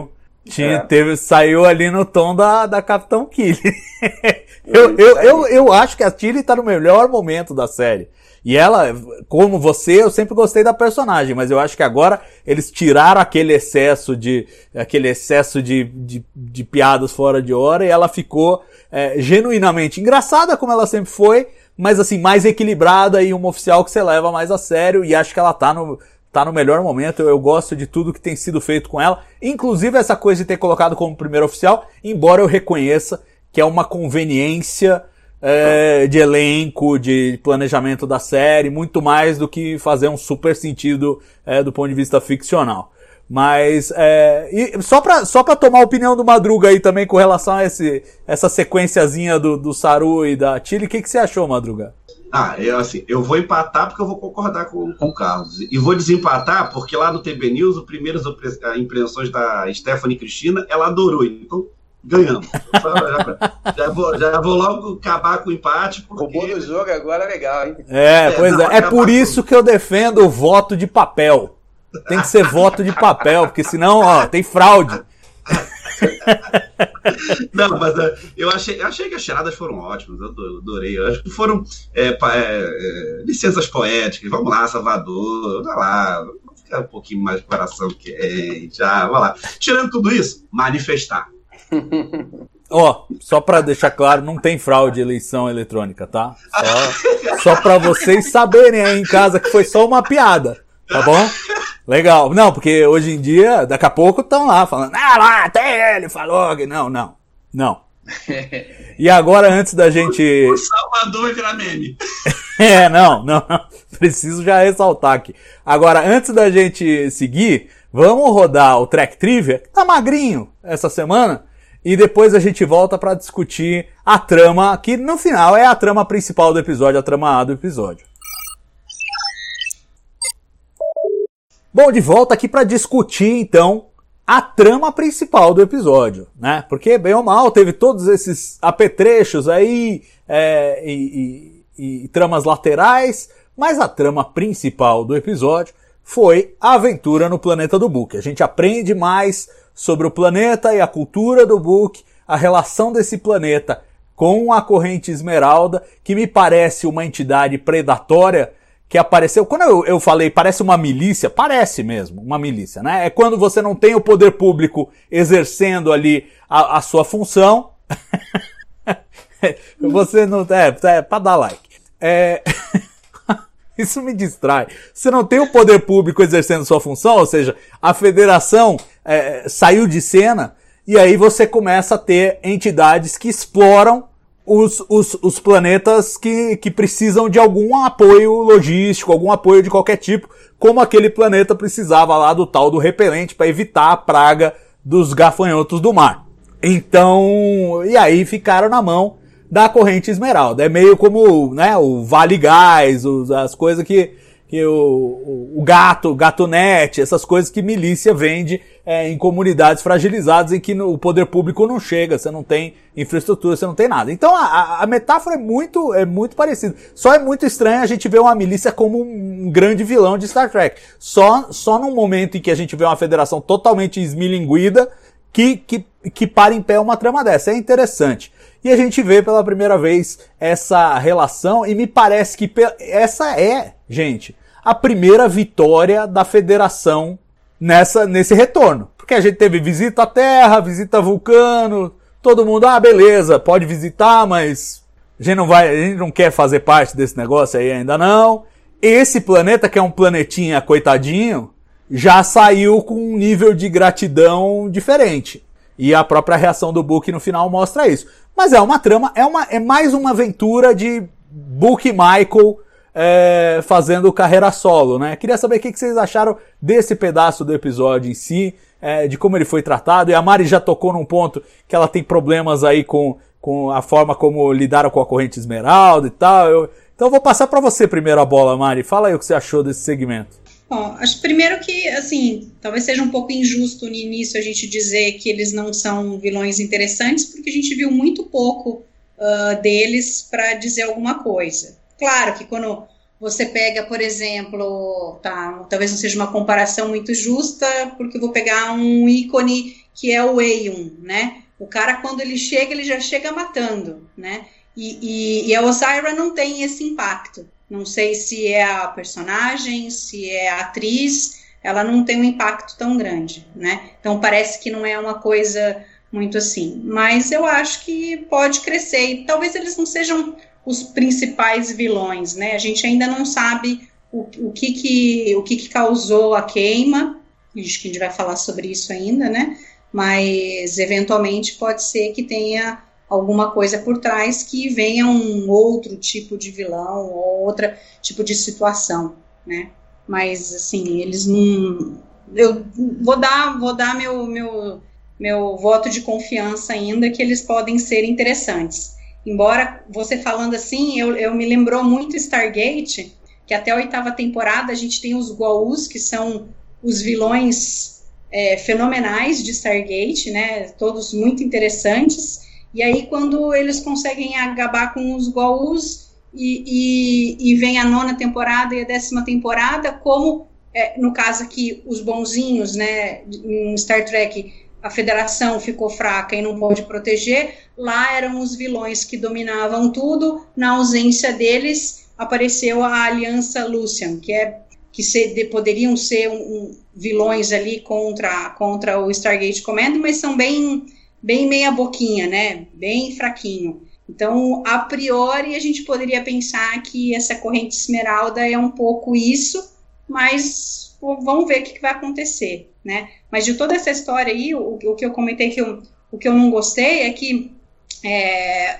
[SPEAKER 7] Tinha,
[SPEAKER 8] É.
[SPEAKER 7] teve, saiu ali no tom da, da Capitão Killy. eu, eu, eu, eu acho que a Tilly tá no melhor momento da série. E ela, como você, eu sempre gostei da personagem, mas eu acho que agora eles tiraram aquele excesso de, aquele excesso de, de, de piadas fora de hora e ela ficou é, genuinamente engraçada, como ela sempre foi, mas assim, mais equilibrada e uma oficial que você leva mais a sério, e acho que ela tá no, tá no melhor momento. Eu, eu gosto de tudo que tem sido feito com ela, inclusive essa coisa de ter colocado como primeiro oficial, embora eu reconheça que é uma conveniência é, de elenco, de planejamento da série, muito mais do que fazer um super sentido é, do ponto de vista ficcional. Mas, é, e só pra, só pra tomar a opinião do Madruga aí também com relação a esse, essa sequenciazinha do, do Saru e da Tilly, o que, que você achou, Madruga?
[SPEAKER 10] Ah, eu, assim, eu vou empatar porque eu vou concordar com, com o Carlos. E vou desempatar porque lá no T V News, as primeiras impressões da Stephanie Cristina, ela adorou. Então, ganhamos. Já, já, vou, já vou logo acabar com o empate. Porque...
[SPEAKER 8] O bom do jogo agora é legal, hein?
[SPEAKER 7] É,
[SPEAKER 10] É,
[SPEAKER 7] pois
[SPEAKER 10] não,
[SPEAKER 7] é. É por isso que eu defendo o voto de papel. Tem que ser voto de papel, porque senão, ó, tem fraude.
[SPEAKER 10] Não, mas uh, eu, achei, eu achei que as charadas foram ótimas, eu adorei. Eu acho que foram é, pa, é, é, licenças poéticas. Vamos lá, Salvador, vai lá, vamos ficar um pouquinho mais de coração quente, ah, vai lá. Tirando tudo isso, manifestar.
[SPEAKER 7] Ó, só pra deixar claro, não tem fraude de eleição eletrônica, tá? Só, só pra vocês saberem aí em casa que foi só uma piada, tá bom? Legal. Não, porque hoje em dia, daqui a pouco estão lá falando, ah lá, até ele falou que não, não, não. E agora, antes da gente...
[SPEAKER 10] O Salvador vai virar meme.
[SPEAKER 7] É, não, não, não, preciso já ressaltar aqui. Agora, antes da gente seguir, vamos rodar o Track Trivia, que tá magrinho essa semana, e depois a gente volta pra discutir a trama, que no final é a trama principal do episódio, a trama A do episódio. Bom, de volta aqui para discutir, então, a trama principal do episódio, né? Porque, bem ou mal, teve todos esses apetrechos aí é, e, e, e tramas laterais, mas a trama principal do episódio foi a aventura no planeta do Book. A gente aprende mais sobre o planeta e a cultura do Book, a relação desse planeta com a Corrente Esmeralda, que me parece uma entidade predatória, que apareceu, quando eu, eu falei parece uma milícia, parece mesmo uma milícia, né? É quando você não tem o poder público exercendo ali a, a sua função. Você não... É, é pra dar like. É... Isso me distrai. Você não tem o poder público exercendo sua função, ou seja, a federação é, saiu de cena, e aí você começa a ter entidades que exploram Os, os, os planetas que, que precisam de algum apoio logístico, algum apoio de qualquer tipo, como aquele planeta precisava lá do tal do repelente para evitar a praga dos gafanhotos do mar. Então, e aí ficaram na mão da Corrente Esmeralda. É meio como, né, o Vale Gás, os, as coisas que, que o, o, o gato, o gatonete, essas coisas que milícia vende é, em comunidades fragilizadas em que no, o poder público não chega, você não tem infraestrutura, você não tem nada. Então a, a metáfora é muito, é muito parecida. Só é muito estranho a gente ver uma milícia como um grande vilão de Star Trek. Só, só num momento em que a gente vê uma federação totalmente esmilinguida que, que, que para em pé uma trama dessa. É interessante. E a gente vê pela primeira vez essa relação, e me parece que essa é, gente, a primeira vitória da federação nessa, nesse retorno. Porque a gente teve visita à Terra, visita a Vulcano, todo mundo, ah, beleza, pode visitar, mas a gente não vai, a gente não quer fazer parte desse negócio aí ainda não. Esse planeta, que é um planetinha coitadinho, já saiu com um nível de gratidão diferente. E a própria reação do Book no final mostra isso. Mas é uma trama, é, uma, é mais uma aventura de Book e Michael é, fazendo carreira solo, né? Queria saber o que vocês acharam desse pedaço do episódio em si, é, de como ele foi tratado. E a Mari já tocou num ponto que ela tem problemas aí com, com a forma como lidaram com a Corrente Esmeralda e tal. Eu, então eu vou passar para você primeiro a bola, Mari. Fala aí o que você achou desse segmento.
[SPEAKER 9] Bom, acho primeiro que, assim, talvez seja um pouco injusto no início a gente dizer que eles não são vilões interessantes, porque a gente viu muito pouco uh, deles para dizer alguma coisa. Claro que quando você pega, por exemplo, tá, talvez não seja uma comparação muito justa, porque eu vou pegar um ícone que é o Eun, né? O cara, quando ele chega, ele já chega matando, né? E, e, e a Osyraa não tem esse impacto. Não sei se é a personagem, se é a atriz, ela não tem um impacto tão grande, né? Então parece que não é uma coisa muito assim. Mas eu acho que pode crescer. E talvez eles não sejam os principais vilões, né? A gente ainda não sabe o, o, que, que, o que, que causou a queima. Acho que a gente vai falar sobre isso ainda, né? Mas eventualmente pode ser que tenha alguma coisa por trás que venha um outro tipo de vilão ou outro tipo de situação, né? Mas, assim, eles não... Eu vou dar, vou dar meu, meu, meu voto de confiança ainda que eles podem ser interessantes. Embora, você falando assim, eu, eu me lembrou muito Stargate, que até a oitava temporada a gente tem os Goa'uld, que são os vilões é, fenomenais de Stargate, né? Todos muito interessantes. E aí, quando eles conseguem acabar com os Goa'uld e, e, e vem a nona temporada e a décima temporada, como, é, no caso aqui, os bonzinhos, né, em Star Trek, a Federação ficou fraca e não pôde proteger, lá eram os vilões que dominavam tudo, na ausência deles, apareceu a Aliança Lucian, que, é, que se, de, poderiam ser um, um, vilões ali contra, contra o Stargate Command, mas são bem... bem meia boquinha, né, bem fraquinho. Então, a priori, a gente poderia pensar que essa corrente esmeralda é um pouco isso, mas vamos ver o que vai acontecer, né. Mas de toda essa história aí, o, o que eu comentei, que eu, o que eu não gostei é que é,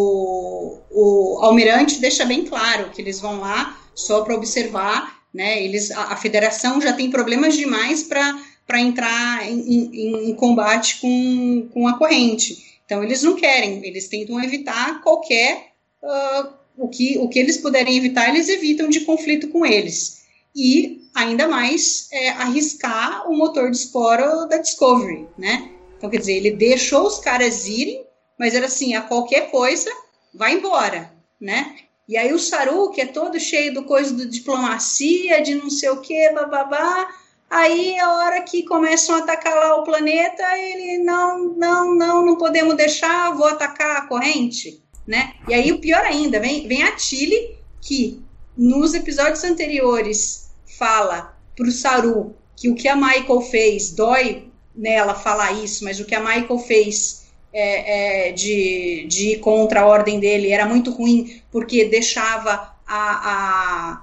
[SPEAKER 9] o, o Almirante deixa bem claro que eles vão lá só para observar, né, eles, a, a Federação já tem problemas demais para para entrar em, em, em combate com, com a corrente. Então, eles não querem, eles tentam evitar qualquer... Uh, o, que, o que eles puderem evitar, eles evitam de conflito com eles. E, ainda mais, é, arriscar o motor de esporo da Discovery, né? Então, quer dizer, ele deixou os caras irem, mas era assim, a qualquer coisa, vai embora, né? E aí o Saru, que é todo cheio do coisa de diplomacia, de não sei o quê, bababá... Aí, a hora que começam a atacar lá o planeta, ele, não, não, não, não podemos deixar, vou atacar a corrente, né? E aí, o pior ainda, vem, vem a Tilly, que nos episódios anteriores fala pro Saru que o que a Michael fez, dói nela falar isso, mas o que a Michael fez é, é, de, de ir contra a ordem dele era muito ruim, porque deixava a... a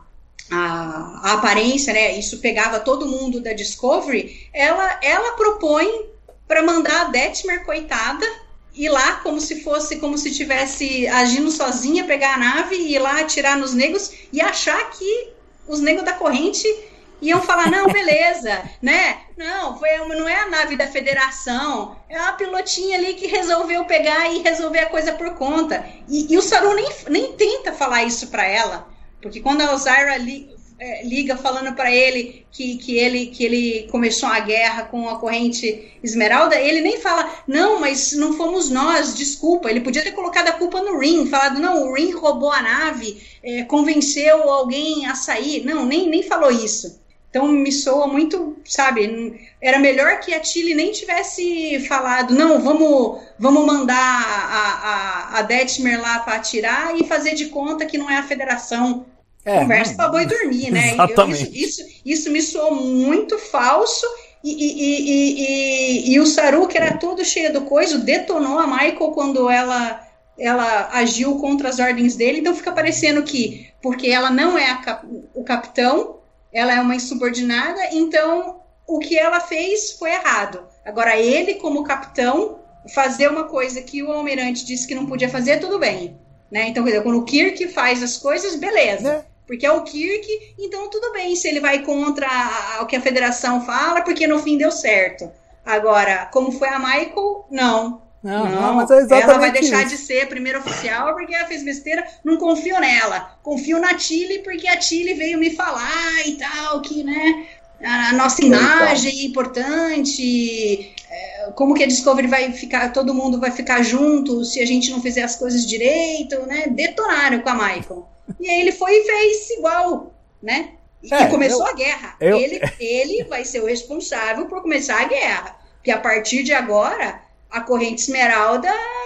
[SPEAKER 9] A, a aparência, né, isso pegava todo mundo da Discovery, ela, ela propõe para mandar a Detmer, coitada, ir lá como se fosse, como se tivesse agindo sozinha, pegar a nave e ir lá atirar nos negros e achar que os negros da corrente iam falar, não, beleza, né, não, foi, não é a nave da Federação, é uma pilotinha ali que resolveu pegar e resolver a coisa por conta, e, e o Saru nem, nem tenta falar isso para ela, porque quando a Osyraa li, é, liga falando para ele que, que, ele que ele começou a guerra com a corrente esmeralda, ele nem fala, não, mas não fomos nós, desculpa. Ele podia ter colocado a culpa no Rin, falado, não, o Rin roubou a nave, é, convenceu alguém a sair. Não, nem, nem falou isso. Então me soa muito, sabe, era melhor que a Tilly nem tivesse falado, não, vamos, vamos mandar a, a, a Detmer lá para atirar e fazer de conta que não é a Federação. É, conversa para boi dormir, né?
[SPEAKER 7] Exatamente.
[SPEAKER 9] Eu, isso, isso, isso me soou muito falso e, e, e, e, e o Saru, que era todo cheio do coisa, detonou a Michael quando ela, ela agiu contra as ordens dele, então fica parecendo que, porque ela não é a cap, o capitão, ela é uma insubordinada, então o que ela fez foi errado. Agora, ele, como capitão, fazer uma coisa que o almirante disse que não podia fazer, tudo bem. Né? Então, quer dizer, quando o Kirk faz as coisas, beleza. É. Porque é o Kirk, então tudo bem se ele vai contra a, a, o que a Federação fala, porque no fim deu certo. Agora, como foi a Michael, não.
[SPEAKER 7] Não,
[SPEAKER 9] não,
[SPEAKER 7] não mas é exatamente
[SPEAKER 9] ela vai deixar
[SPEAKER 7] isso.
[SPEAKER 9] de ser a primeira oficial porque ela fez besteira, não confio nela. Confio na Tilly porque a Tilly veio me falar e tal, que, né, a nossa imagem é importante, como que a Discovery vai ficar, todo mundo vai ficar junto se a gente não fizer as coisas direito, né? Detonaram com a Michael. E aí ele foi e fez igual, né? E é, começou eu, a guerra. Eu... Ele, ele vai ser o responsável por começar a guerra. Porque a partir de agora, a corrente esmeralda,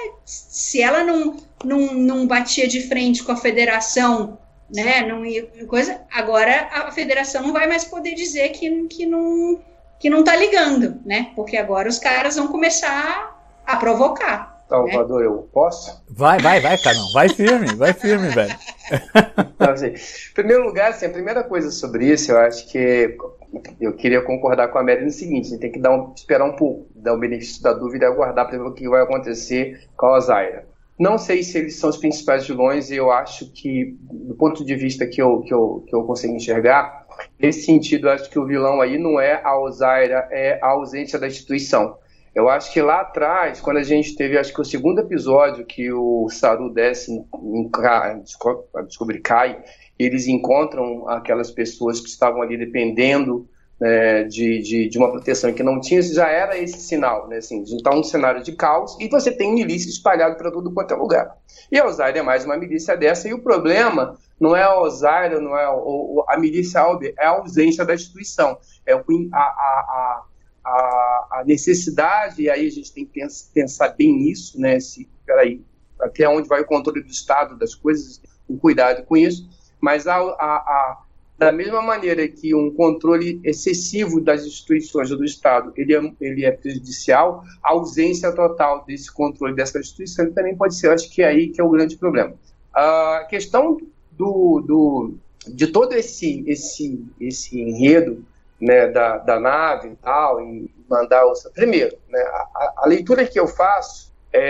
[SPEAKER 9] se ela não, não, não batia de frente com a federação, né, não ia, coisa, agora a federação não vai mais poder dizer que, que não que não tá ligando, né? Porque agora os caras vão começar a provocar.
[SPEAKER 8] Salvador, né? Eu posso?
[SPEAKER 7] Vai, vai, vai, Carlão. Vai firme, vai firme, velho.
[SPEAKER 8] Então, assim, em primeiro lugar, assim, a primeira coisa sobre isso, eu acho que eu queria concordar com a Mary no seguinte: a gente tem que dar um, esperar um pouco, dar o benefício da dúvida e aguardar para ver o que vai acontecer com a Osaira. Não sei se eles são os principais vilões, e eu acho que, do ponto de vista que eu, que eu, que eu consigo enxergar, nesse sentido, eu acho que o vilão aí não é a Osaira, é a ausência da instituição. Eu acho que lá atrás, quando a gente teve, acho que o segundo episódio que o Saru desce, em, em, descobre Kai, eles encontram aquelas pessoas que estavam ali dependendo, né, de, de, de uma proteção que não tinha, já era esse sinal, né? Assim, a gente está num cenário de caos e você tem milícia espalhada para tudo quanto é lugar. E a Osaira é mais uma milícia dessa, e o problema não é a Osaira, não é a, a milícia Alder, é a ausência da instituição, é a, a, a, a necessidade, e aí a gente tem que pensar bem nisso, né? Se, peraí, até onde vai o controle do Estado das coisas, com cuidado com isso, mas a, a, a da mesma maneira que um controle excessivo das instituições do Estado ele é, ele é prejudicial, a ausência total desse controle dessa instituição também pode ser, acho que é aí que é o grande problema. A questão do, do, de todo esse, esse, esse enredo, né, da, da nave e tal, e mandar... Ouça. Primeiro, né, a, a leitura que eu faço,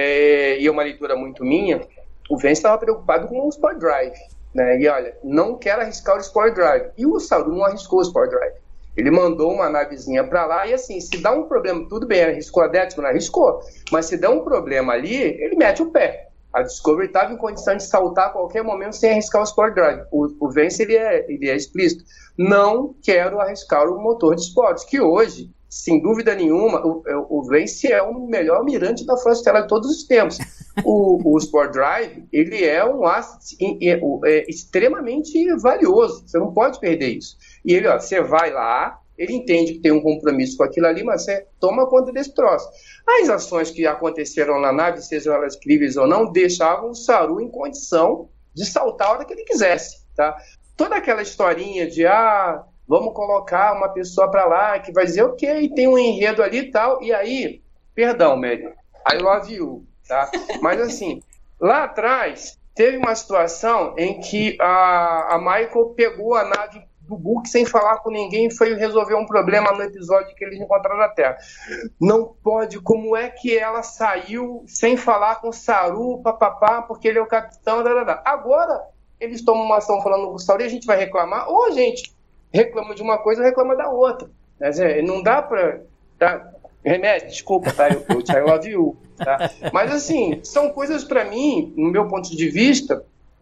[SPEAKER 8] é, e é uma leitura muito minha, o Vance estava preocupado com o Spore Drive. Né? E olha, não quero arriscar o Spore Drive. E o Saru não arriscou o Spore Drive. Ele mandou uma navezinha para lá e assim, se dá um problema, tudo bem, arriscou a Deathman, não arriscou. Mas se der um problema ali, ele mete o pé. A Discovery estava em condição de saltar a qualquer momento sem arriscar o Spore Drive. O, o Vance, ele é, ele é explícito. Não quero arriscar o motor de esportes, que hoje, sem dúvida nenhuma, o, o Vance é o melhor almirante da Frota Estelar de todos os tempos. O, o Spore Drive, ele é um asset é, é, extremamente valioso, você não pode perder isso. E ele, ó, você vai lá, ele entende que tem um compromisso com aquilo ali, mas você toma conta desse troço. As ações que aconteceram na nave, sejam elas críveis ou não, deixavam o Saru em condição de saltar a hora que ele quisesse, tá? Toda aquela historinha de, ah, vamos colocar uma pessoa para lá que vai dizer, ok, tem um enredo ali e tal, e aí, perdão, Mary, I love you. Tá? Mas assim, lá atrás teve uma situação em que a, a Michael pegou a nave do Book sem falar com ninguém e foi resolver um problema no episódio que eles encontraram na Terra. Não pode, como é que ela saiu sem falar com o Saru, papapá, porque ele é o capitão, dadadá. Agora eles tomam uma ação falando com o Saru e a gente vai reclamar, ou a gente reclama de uma coisa ou reclama da outra. Quer dizer, não dá pra... Tá? Remédio, desculpa, tá? Eu, eu te love you, tá? Mas, assim, são coisas, para mim, no meu ponto de vista,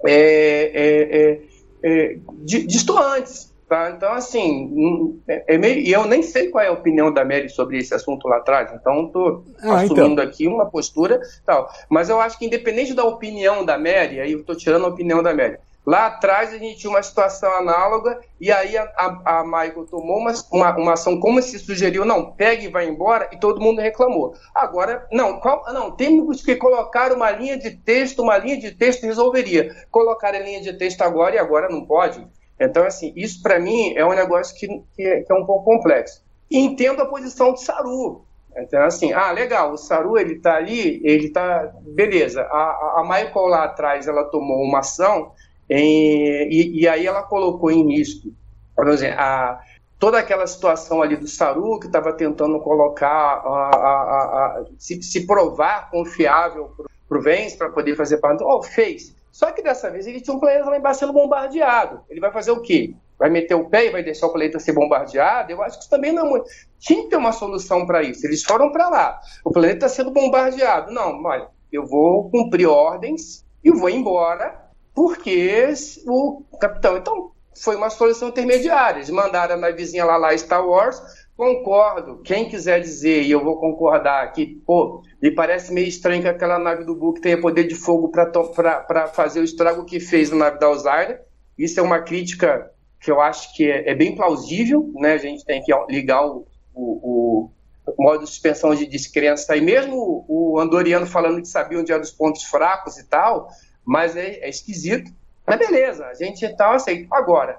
[SPEAKER 8] é, é, é, é, distoantes, tá? Então, assim, é, é meio, e eu nem sei qual é a opinião da Mary sobre esse assunto lá atrás, então estou ah, assumindo então. aqui uma postura tal. Mas eu acho que, independente da opinião da Mary, aí eu estou tirando a opinião da Mary, lá atrás a gente tinha uma situação análoga e aí a, a, a Michael tomou uma, uma, uma ação como se sugeriu, não, pega e vai embora, e todo mundo reclamou. Agora, não, qual, não, temos que colocar uma linha de texto, uma linha de texto resolveria. Colocar a linha de texto agora e agora não pode. Então, assim, isso para mim é um negócio que, que, é, que é um pouco complexo. E entendo a posição do Saru. Então, assim, ah, legal, o Saru, ele tá ali, ele tá, beleza, a, a Michael lá atrás, ela tomou uma ação. Em, e, e aí ela colocou em risco, vamos dizer, a, toda aquela situação ali do Saru, que estava tentando colocar, a, a, a, a, se, se provar confiável para o Vance, para poder fazer parte. Oh, fez. Só que dessa vez ele tinha um planeta lá embaixo sendo bombardeado. Ele vai fazer o quê? Vai meter o pé e vai deixar o planeta ser bombardeado? Eu acho que isso também não é muito... Tinha que ter uma solução para isso. Eles foram para lá. O planeta está sendo bombardeado. Não, olha, eu vou cumprir ordens e vou embora... Porque o capitão... Então, foi uma solução intermediária. Eles mandaram a navezinha lá, lá Star Wars. Concordo. Quem quiser dizer, e eu vou concordar, que, pô, me parece meio estranho que aquela nave do Book tenha poder de fogo para fazer o estrago que fez na nave da Osaira. Isso é uma crítica que eu acho que é, é bem plausível, né? A gente tem que ligar o, o, modo de suspensão de descrença, e mesmo o Andoriano falando que sabia onde eram os pontos fracos e tal, mas é, é esquisito. Mas beleza, a gente então aceita. Agora,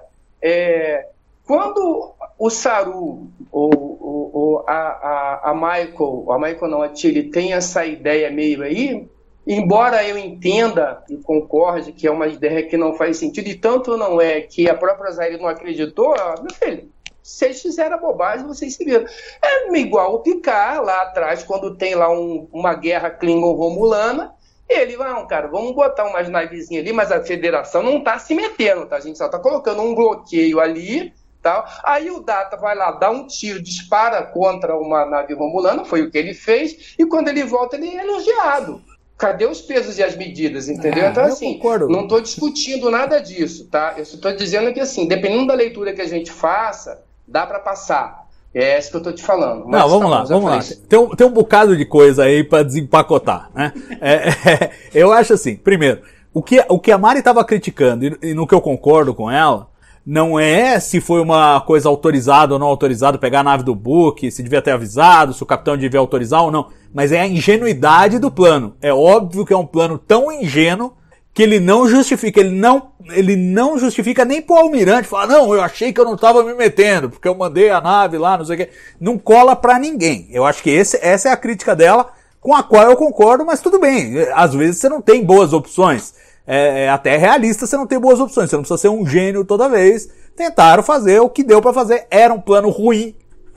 [SPEAKER 8] é, quando o Saru ou, ou, ou a, a, a Michael, a Michael não, a Tilly, tem essa ideia meio aí, embora eu entenda e concorde que é uma ideia que não faz sentido, e tanto não é que a própria Zayre não acreditou, meu filho, vocês fizeram a bobagem, vocês se viram. É igual o Picard lá atrás, quando tem lá um, uma guerra Klingon-Romulana, ele vai, ah, cara, vamos botar umas navezinhas ali, mas a Federação não tá se metendo, tá? A gente só tá colocando um bloqueio ali, tal. Aí o Data vai lá, dá um tiro, dispara contra uma nave romulana, foi o que ele fez, e quando ele volta, ele é elogiado. Cadê os pesos e as medidas, entendeu?
[SPEAKER 7] Ah,
[SPEAKER 8] então, assim,
[SPEAKER 7] concordo.
[SPEAKER 8] Não estou discutindo nada disso, tá? Eu só estou dizendo que, assim, dependendo da leitura que a gente faça, dá para passar. É isso que eu estou te falando. Mas,
[SPEAKER 7] não, vamos
[SPEAKER 8] tá,
[SPEAKER 7] lá, vamos lá. Tem um, tem um bocado de coisa aí para desempacotar, né? É, é, eu acho assim, primeiro, o que, o que a Mari estava criticando, e, e no que eu concordo com ela, não é se foi uma coisa autorizada ou não autorizada, pegar a nave do Book, se devia ter avisado, se o capitão devia autorizar ou não, mas é a ingenuidade do plano. É óbvio que é um plano tão ingênuo que ele não justifica, ele não, ele não justifica nem pro almirante falar, não, eu achei que eu não tava me metendo, porque eu mandei a nave lá, não sei o que. Não cola pra ninguém. Eu acho que esse, essa é a crítica dela, com a qual eu concordo, mas tudo bem. Às vezes você não tem boas opções. É, é até realista você não ter boas opções, você não precisa ser um gênio toda vez. Tentaram fazer o que deu pra fazer, era um plano ruim,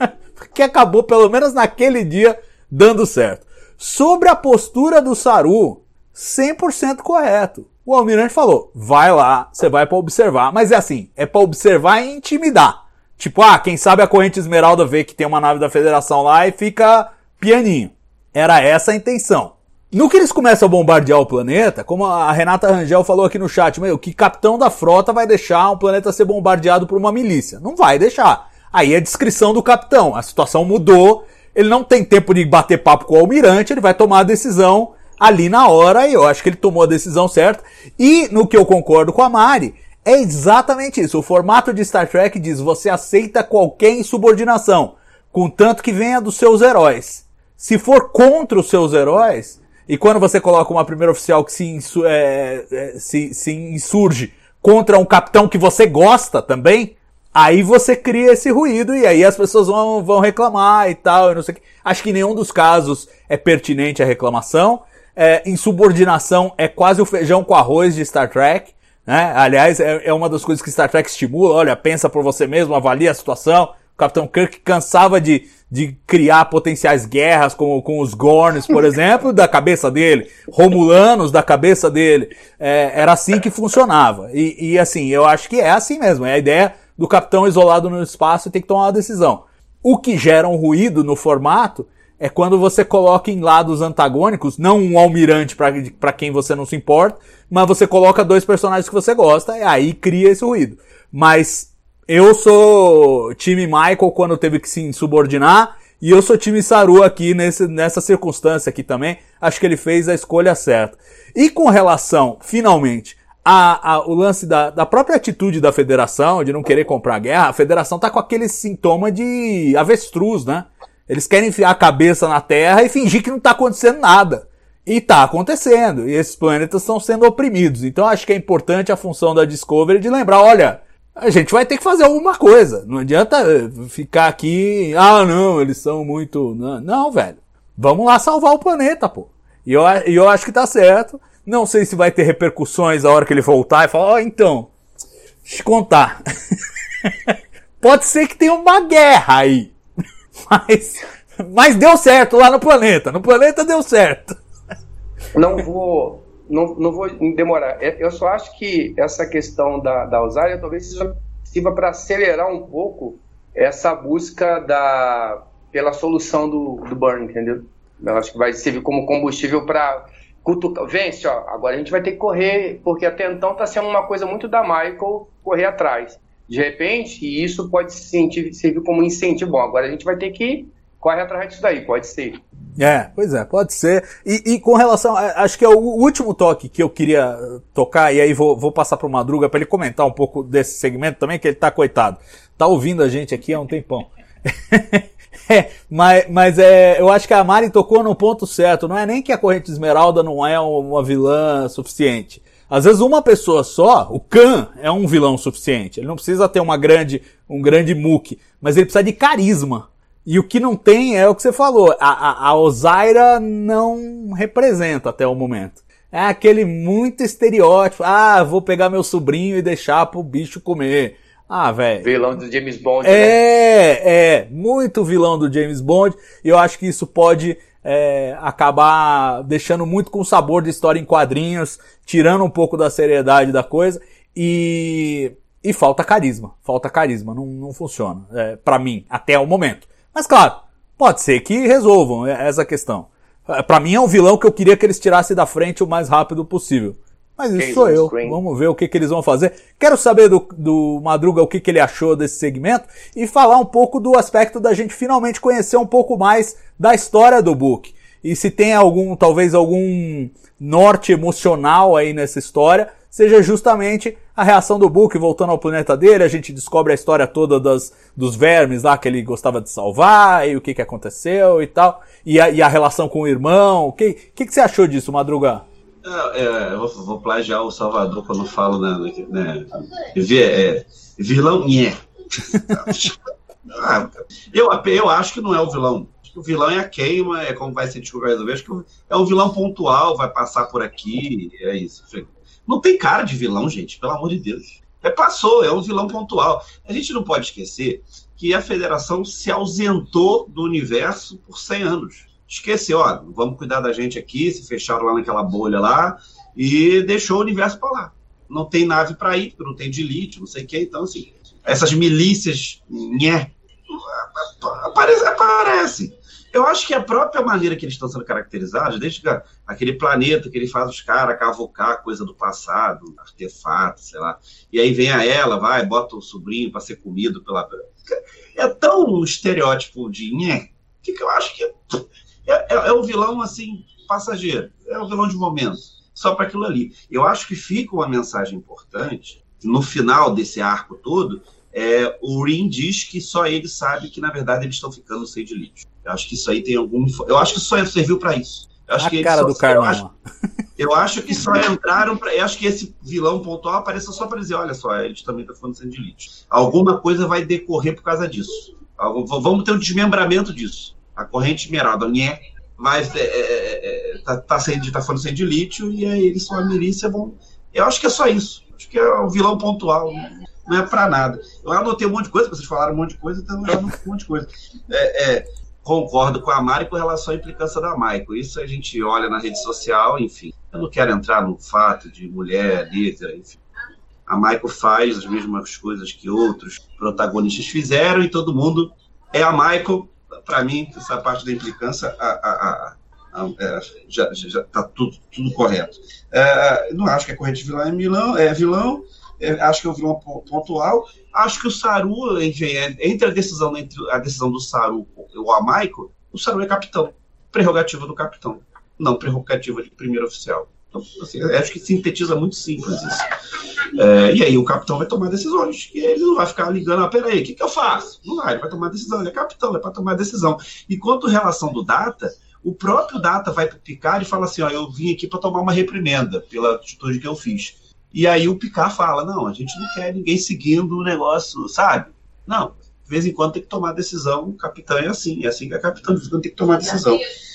[SPEAKER 7] que acabou pelo menos naquele dia dando certo. Sobre a postura do Saru, cem por cento correto. O almirante falou, vai lá, você vai pra observar, mas é assim, é pra observar e intimidar. Tipo, ah, quem sabe a corrente esmeralda vê que tem uma nave da Federação lá e fica pianinho. Era essa a intenção. No que eles começam a bombardear o planeta, como a Renata Rangel falou aqui no chat, meu, que capitão da frota vai deixar um planeta ser bombardeado por uma milícia? Não vai deixar. Aí é a descrição do capitão. A situação mudou, ele não tem tempo de bater papo com o almirante, ele vai tomar a decisão ali na hora, e eu acho que ele tomou a decisão certa. E no que eu concordo com a Mari, é exatamente isso. O formato de Star Trek diz, você aceita qualquer insubordinação, contanto que venha dos seus heróis. Se for contra os seus heróis, e quando você coloca uma primeira oficial que se, insu- é, é, se, se insurge contra um capitão que você gosta também, aí você cria esse ruído e aí as pessoas vão, vão reclamar e tal, eu não sei o que. Acho que nenhum dos casos é pertinente a reclamação. É, insubordinação é quase o feijão com arroz de Star Trek, né? Aliás, é, é uma das coisas que Star Trek estimula. Olha, pensa por você mesmo, avalia a situação. O Capitão Kirk cansava de, de criar potenciais guerras com, com os Gorns, por exemplo, da cabeça dele. Romulanos da cabeça dele. É, era assim que funcionava. E, e assim, eu acho que é assim mesmo. É a ideia do capitão isolado no espaço e ter que tomar uma decisão. O que gera um ruído no formato é quando você coloca em lados antagônicos, não um almirante para quem você não se importa, mas você coloca dois personagens que você gosta, e aí cria esse ruído. Mas eu sou time Michael quando teve que se insubordinar, e eu sou time Saru aqui nesse, nessa circunstância aqui também. Acho que ele fez a escolha certa. E com relação, finalmente, a, a, o lance da, da própria atitude da Federação, de não querer comprar guerra, a Federação tá com aquele sintoma de avestruz, né? Eles querem enfiar a cabeça na Terra e fingir que não tá acontecendo nada. E tá acontecendo. E esses planetas estão sendo oprimidos. Então acho que é importante a função da Discovery de lembrar, olha, a gente vai ter que fazer alguma coisa. Não adianta ficar aqui, ah não, eles são muito... Não, não velho. Vamos lá salvar o planeta, pô. E eu, e eu acho que tá certo. Não sei se vai ter repercussões a hora que ele voltar e falar, ó, oh, então, deixa eu te contar. Pode ser que tenha uma guerra aí. Mas, mas deu certo lá no planeta. No planeta deu certo.
[SPEAKER 8] Não vou, não, não vou demorar. Eu só acho que essa questão da, da Alzheimer talvez sirva para acelerar um pouco essa busca da, pela solução do, do Burn, entendeu? Eu acho que vai servir como combustível para cutucar. Vence, ó, agora a gente vai ter que correr, porque até então está sendo uma coisa muito da Michael correr atrás. De repente, e isso pode servir como incentivo. Bom, agora a gente vai ter que correr atrás disso daí, pode ser.
[SPEAKER 7] É, pois é, pode ser. E, e com relação, acho que é o último toque que eu queria tocar, e aí vou, vou passar pro Madruga para ele comentar um pouco desse segmento também, que ele tá coitado. Tá ouvindo a gente aqui há um tempão. é, mas mas é, eu acho que a Mari tocou no ponto certo. Não é nem que a Corrente Esmeralda não é uma vilã suficiente. Às vezes uma pessoa só, o Khan, é um vilão suficiente. Ele não precisa ter uma grande, um grande muque, mas ele precisa de carisma. E o que não tem é o que você falou. A, a, a Osaira não representa até o momento. É aquele muito estereótipo. Ah, vou pegar meu sobrinho e deixar pro bicho comer. Ah, velho.
[SPEAKER 8] Vilão do James Bond,
[SPEAKER 7] é,
[SPEAKER 8] né?
[SPEAKER 7] É, muito vilão do James Bond. E eu acho que isso pode é, acabar deixando muito com sabor de história em quadrinhos, tirando um pouco da seriedade da coisa. E, e falta carisma. Falta carisma. Não, não funciona. É, pra mim, até o momento. Mas claro, pode ser que resolvam essa questão. Pra mim é um vilão que eu queria que eles tirassem da frente o mais rápido possível. Mas isso sou eu. Vamos ver o que, que eles vão fazer. Quero saber do, do Madruga o que, que ele achou desse segmento e falar um pouco do aspecto da gente finalmente conhecer um pouco mais da história do Book. E se tem algum, talvez algum norte emocional aí nessa história, seja justamente a reação do Book voltando ao planeta dele. A gente descobre a história toda das, dos vermes lá que ele gostava de salvar e o que, que aconteceu e tal. E a, e a relação com o irmão. O que, que, que você achou disso, Madruga?
[SPEAKER 10] É, é, eu vou, vou plagiar o Salvador quando eu falo, né, né, é, vilão, nhé. eu, eu acho que não é o vilão. O vilão é a queima, é como vai ser descoberto. Acho que é um vilão pontual, vai passar por aqui, é isso. Não tem cara de vilão, gente, pelo amor de Deus. É, passou, é um vilão pontual. A gente não pode esquecer que a Federação se ausentou do universo por cem anos. Esqueceu, ó, vamos cuidar da gente aqui, se fecharam lá naquela bolha lá e deixou o universo para lá. Não tem nave para ir, porque não tem de lítio, não sei o que. Então, assim, essas milícias, nhé, aparece, aparece. Eu acho que a própria maneira que eles estão sendo caracterizados, desde que aquele planeta que ele faz os caras cavocar coisa do passado, artefato, sei lá, e aí vem a ela, vai, bota o sobrinho para ser comido pela... É tão um estereótipo de nhé, que, que eu acho que... É, é, é um vilão, assim, passageiro. É um vilão de momento. Só para aquilo ali. Eu acho que fica uma mensagem importante. No final desse arco todo, é, o Rin diz que só ele sabe que, na verdade, eles estão ficando sem de lítio. Eu acho que isso aí tem algum... Eu acho que só serviu para isso. Eu acho
[SPEAKER 7] a
[SPEAKER 10] que
[SPEAKER 7] cara
[SPEAKER 10] só,
[SPEAKER 7] do Carlão.
[SPEAKER 10] Eu acho, eu acho que só entraram... Pra, eu acho que esse vilão pontual apareceu só para dizer, olha só, eles também estão ficando sem de lítio. Alguma coisa vai decorrer por causa disso. Vamos ter um desmembramento disso. A corrente esmeralda, nhé, mas é, é, é, tá, tá, sendo, tá falando sem de lítio e aí eles são a milícia. Bom, eu acho que é só isso. Acho que é um vilão pontual, não é pra nada. Eu anotei um monte de coisa, vocês falaram um monte de coisa, então eu anotei um monte de coisa. É, é, concordo com a Mari com relação à implicância da Michael. Isso a gente olha na rede social, enfim. Eu não quero entrar no fato de mulher, negra, enfim. A Michael faz as mesmas coisas que outros protagonistas fizeram e todo mundo é a Michael. Para mim, essa parte da implicância a, a, a, a, a, já está tudo, tudo correto. É, não acho que a corrente vilã é vilão, é vilão é, acho que é um vilão pontual. Acho que o Saru, entre a decisão, entre a decisão do Saru ou a Michael, o Saru é capitão. Prerrogativa do capitão, não prerrogativa de primeiro oficial. Então, assim, acho que sintetiza muito simples isso. É, e aí o capitão vai tomar decisões, e ele não vai ficar ligando, ah, peraí, o que, que eu faço? Não vai, ele vai tomar decisão, ele é capitão, é para tomar decisão. E quanto à relação do Data, o próprio Data vai para o Picard e fala assim, ó, eu vim aqui para tomar uma reprimenda pela atitude que eu fiz. E aí o Picard fala, não, a gente não quer ninguém seguindo o negócio, sabe? Não, de vez em quando tem que tomar decisão, o capitão é assim, é assim que a capitã de vez em quando tem que tomar decisão.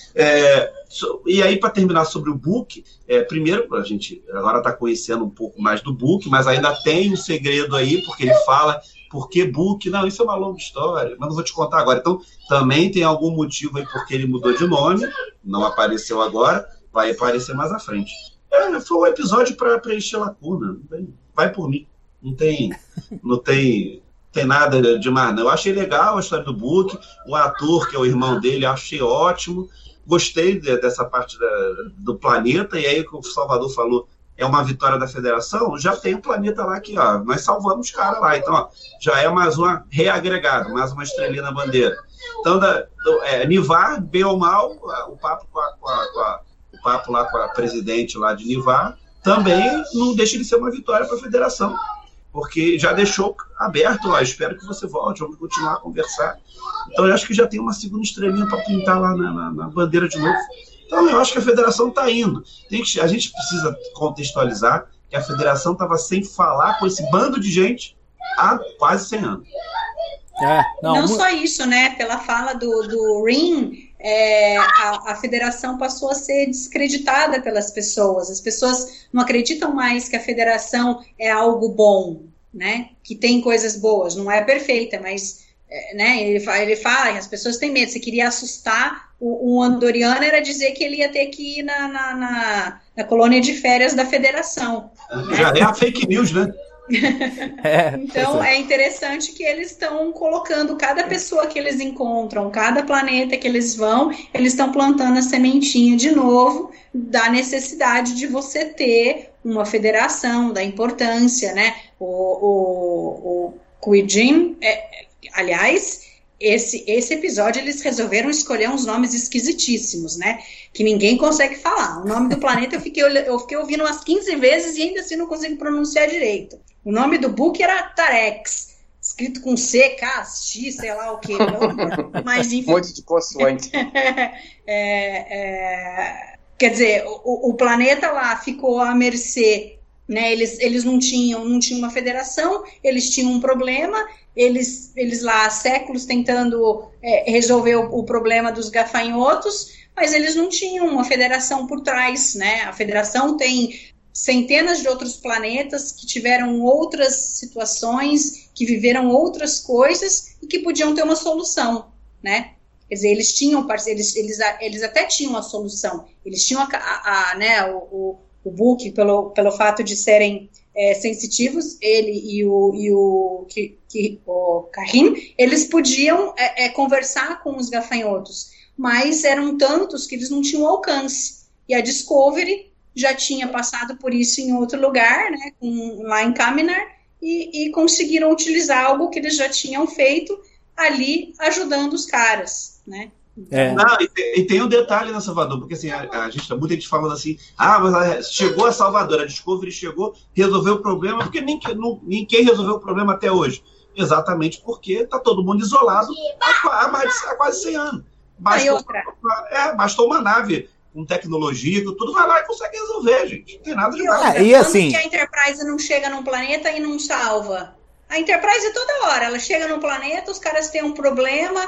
[SPEAKER 10] É, so, e aí, para terminar sobre o Book, é, primeiro, a gente agora está conhecendo um pouco mais do Book, mas ainda tem um segredo aí, porque ele fala por que Book. Não, isso é uma longa história, mas não vou te contar agora. Então, também tem algum motivo aí porque ele mudou de nome, não apareceu agora, vai aparecer mais à frente. É, foi um episódio para preencher lacuna, vai por mim, não tem, não tem, tem nada demais, não. Eu achei legal a história do Book, o ator, que é o irmão dele, achei ótimo. Gostei de, dessa parte da, do planeta, e aí o que o Salvador falou, é uma vitória da Federação, já tem um planeta lá que, ó, nós salvamos os caras lá, então, ó, já é mais uma reagregada, mais uma estrelinha na bandeira. Então, da, do, é, Nivar, bem ou mal, o papo, com a, com a, com a, o papo lá com a presidente lá de Nivar, também não deixa de ser uma vitória para a Federação. porque já deixou aberto, ó, espero que você volte, vamos continuar a conversar. Então eu acho que já tem uma segunda estrelinha para pintar lá na, na, na bandeira de novo. Então eu acho que a federação está indo. Tem que, a gente precisa contextualizar que a federação estava sem falar com esse bando de gente há quase cem anos.
[SPEAKER 7] É, não,
[SPEAKER 9] não só isso, né? Pela fala do, do Ring, é, a, a federação passou a ser descreditada pelas pessoas. As pessoas não acreditam mais que a federação é algo bom, né? Que tem coisas boas. Não é perfeita, mas é, né? ele, fala, ele fala que as pessoas têm medo. Você queria assustar o, o andoriano, era dizer que ele ia ter que ir na, na, na, na colônia de férias da federação.
[SPEAKER 10] Já né? É a fake news, né?
[SPEAKER 7] É,
[SPEAKER 9] então é interessante que eles estão colocando cada pessoa que eles encontram, cada planeta que eles vão, eles estão plantando a sementinha de novo da necessidade de você ter uma federação, da importância, né? O, o, o Qui-Jin, é, aliás, esse, esse episódio eles resolveram escolher uns nomes esquisitíssimos, né? Que ninguém consegue falar. O nome do planeta eu fiquei, eu fiquei ouvindo umas quinze vezes e ainda assim não consigo pronunciar direito. O nome do book era Tarex, escrito com C, K, X, sei lá o que. Mas enfim.
[SPEAKER 8] Um monte de consoante.
[SPEAKER 9] é, é, quer dizer, o, o planeta lá ficou à mercê, né? Eles, eles não tinham, não tinham uma federação, eles tinham um problema, eles, eles lá há séculos tentando é, resolver o, o problema dos gafanhotos, mas eles não tinham uma federação por trás, né? A federação tem centenas de outros planetas que tiveram outras situações, que viveram outras coisas e que podiam ter uma solução, né? Quer dizer, eles tinham, eles, eles, eles até tinham a solução, eles tinham a, a, a, né, o, o, o book, pelo, pelo fato de serem é, sensitivos, ele e o, e o, que, que, o Karim, eles podiam é, é, conversar com os gafanhotos, mas eram tantos que eles não tinham alcance. E a Discovery já tinha passado por isso em outro lugar, né, com, lá em Kaminar, e, e conseguiram utilizar algo que eles já tinham feito ali, ajudando os caras, né.
[SPEAKER 10] É. Não, e, tem, e tem um detalhe, né, Salvador, porque assim, a, a gente, muita gente falando assim, ah, mas chegou a Salvador, a Discovery chegou, resolveu o problema, porque ninguém, não, ninguém resolveu o problema até hoje. Exatamente porque está todo mundo isolado há, há, mais, há quase cem anos. Bastou, é, bastou uma nave com tecnologia, que tudo vai lá e consegue resolver, gente. Não tem nada de nada.
[SPEAKER 7] É, e assim,
[SPEAKER 9] que a Enterprise não chega num planeta e não salva? A Enterprise toda hora, ela chega num planeta, os caras têm um problema,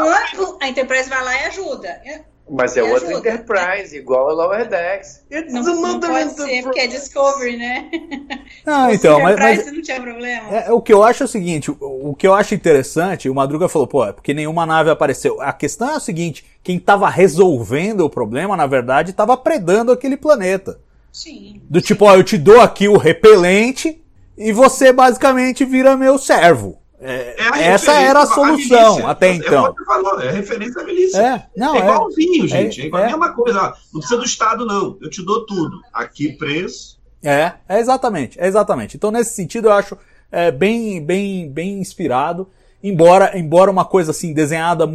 [SPEAKER 9] no, a Enterprise vai lá e ajuda.
[SPEAKER 8] Mas é outra ajuda, Enterprise, né? Igual a Lower Decks.
[SPEAKER 9] Não, não pode ser, porque é Discovery, né?
[SPEAKER 7] Não, então, mas, mas
[SPEAKER 9] não tinha problema.
[SPEAKER 7] É, o que eu acho é o seguinte, o, o que eu acho interessante, o Madruga falou, pô, é porque nenhuma nave apareceu. A questão é o seguinte, quem estava resolvendo o problema, na verdade, estava predando aquele planeta.
[SPEAKER 9] Sim.
[SPEAKER 7] Do tipo, ó, eu te dou aqui o repelente e você basicamente vira meu servo. É, é essa era a solução a até então.
[SPEAKER 10] É, falou, é referência à milícia.
[SPEAKER 7] É, não,
[SPEAKER 10] é igualzinho, é, gente. É, é igual
[SPEAKER 7] é,
[SPEAKER 10] a mesma coisa. Ó, não precisa do Estado, não. Eu te dou tudo. Aqui, preço.
[SPEAKER 7] É, é exatamente. É exatamente. Então, nesse sentido, eu acho é, bem, bem, bem inspirado. Embora, embora uma coisa assim, desenhada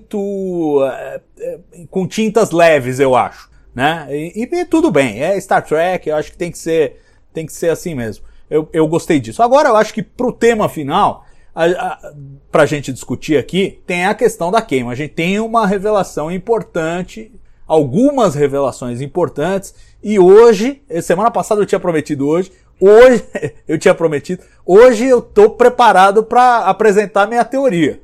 [SPEAKER 7] muito é, é, com tintas leves, eu acho. Né? E, e tudo bem. É Star Trek, eu acho que tem que ser, tem que ser assim mesmo. Eu, eu gostei disso. Agora, eu acho que pro tema final, A, a, pra gente discutir aqui, tem a questão da queima. A gente tem uma revelação importante, algumas revelações importantes, e hoje, semana passada eu tinha prometido hoje, hoje, eu tinha prometido, hoje eu tô preparado para apresentar minha teoria.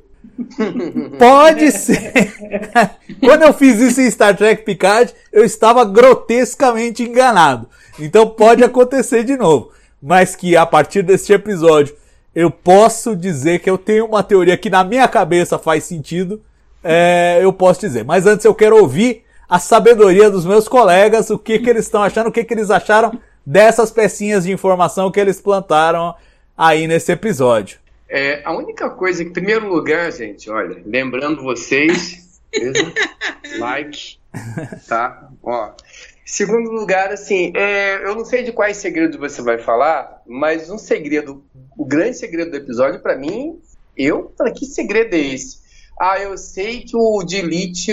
[SPEAKER 7] Pode ser. Quando eu fiz isso em Star Trek Picard, eu estava grotescamente enganado. Então pode acontecer de novo. Mas que a partir deste episódio eu posso dizer que eu tenho uma teoria que na minha cabeça faz sentido, é, eu posso dizer. Mas antes eu quero ouvir a sabedoria dos meus colegas, o que que eles estão achando, o que que eles acharam dessas pecinhas de informação que eles plantaram aí nesse episódio.
[SPEAKER 8] É, a única coisa que, em primeiro lugar, gente, olha, lembrando vocês, beleza? Like, tá? Ó. Segundo lugar, assim, é, eu não sei de quais segredos você vai falar, mas um segredo, o grande segredo do episódio, pra mim, eu, falei, que segredo é esse? Ah, eu sei que o delete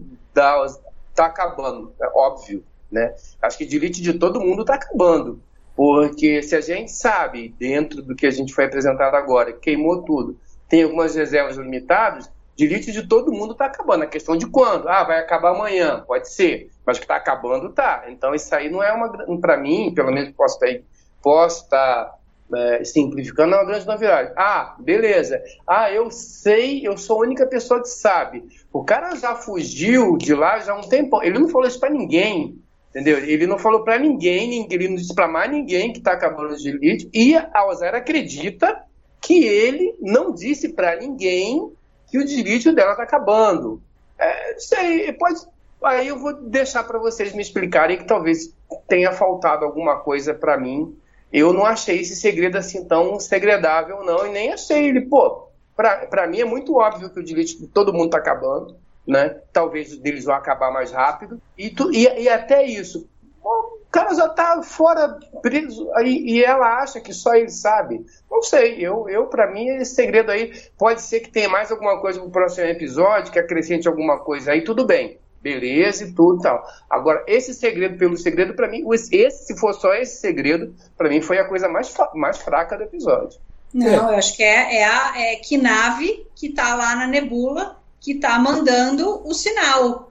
[SPEAKER 8] da, tá acabando, é óbvio, né? Acho que delete de todo mundo tá acabando. Porque se a gente sabe, dentro do que a gente foi apresentado agora, queimou tudo, tem algumas reservas limitadas, de lítio de todo mundo está acabando. A questão de quando? Ah, vai acabar amanhã, pode ser, mas que está acabando, tá. Então isso aí não é uma, para mim, pelo menos posso estar, posso estar é, simplificando, não é uma grande novidade. Ah, beleza. Ah, eu sei, eu sou a única pessoa que sabe. O cara já fugiu de lá já há um tempo, ele não falou isso para ninguém. Entendeu? Ele não falou para ninguém, ele não disse para mais ninguém que está acabando de lítio, e a Ozara acredita que ele não disse para ninguém que o de lítio dela está acabando. É, sei, pode, aí eu vou deixar para vocês me explicarem, que talvez tenha faltado alguma coisa para mim. Eu não achei esse segredo assim tão segredável, não, e nem achei ele, pô, para mim é muito óbvio que o de lítio todo mundo está acabando. Né? Talvez os deles vão acabar mais rápido e, tu, e, e até isso o cara já tá fora preso e, e ela acha que só ele sabe. Não sei, eu, eu para mim esse segredo aí pode ser que tenha mais alguma coisa no próximo episódio, que acrescente alguma coisa aí, tudo bem, beleza e tudo e tal. Agora esse segredo pelo segredo, para mim esse, se for só esse segredo, para mim foi a coisa mais, mais fraca do episódio.
[SPEAKER 9] Não, é. Eu acho que é, é a é que nave que tá lá na nebula que está mandando o sinal.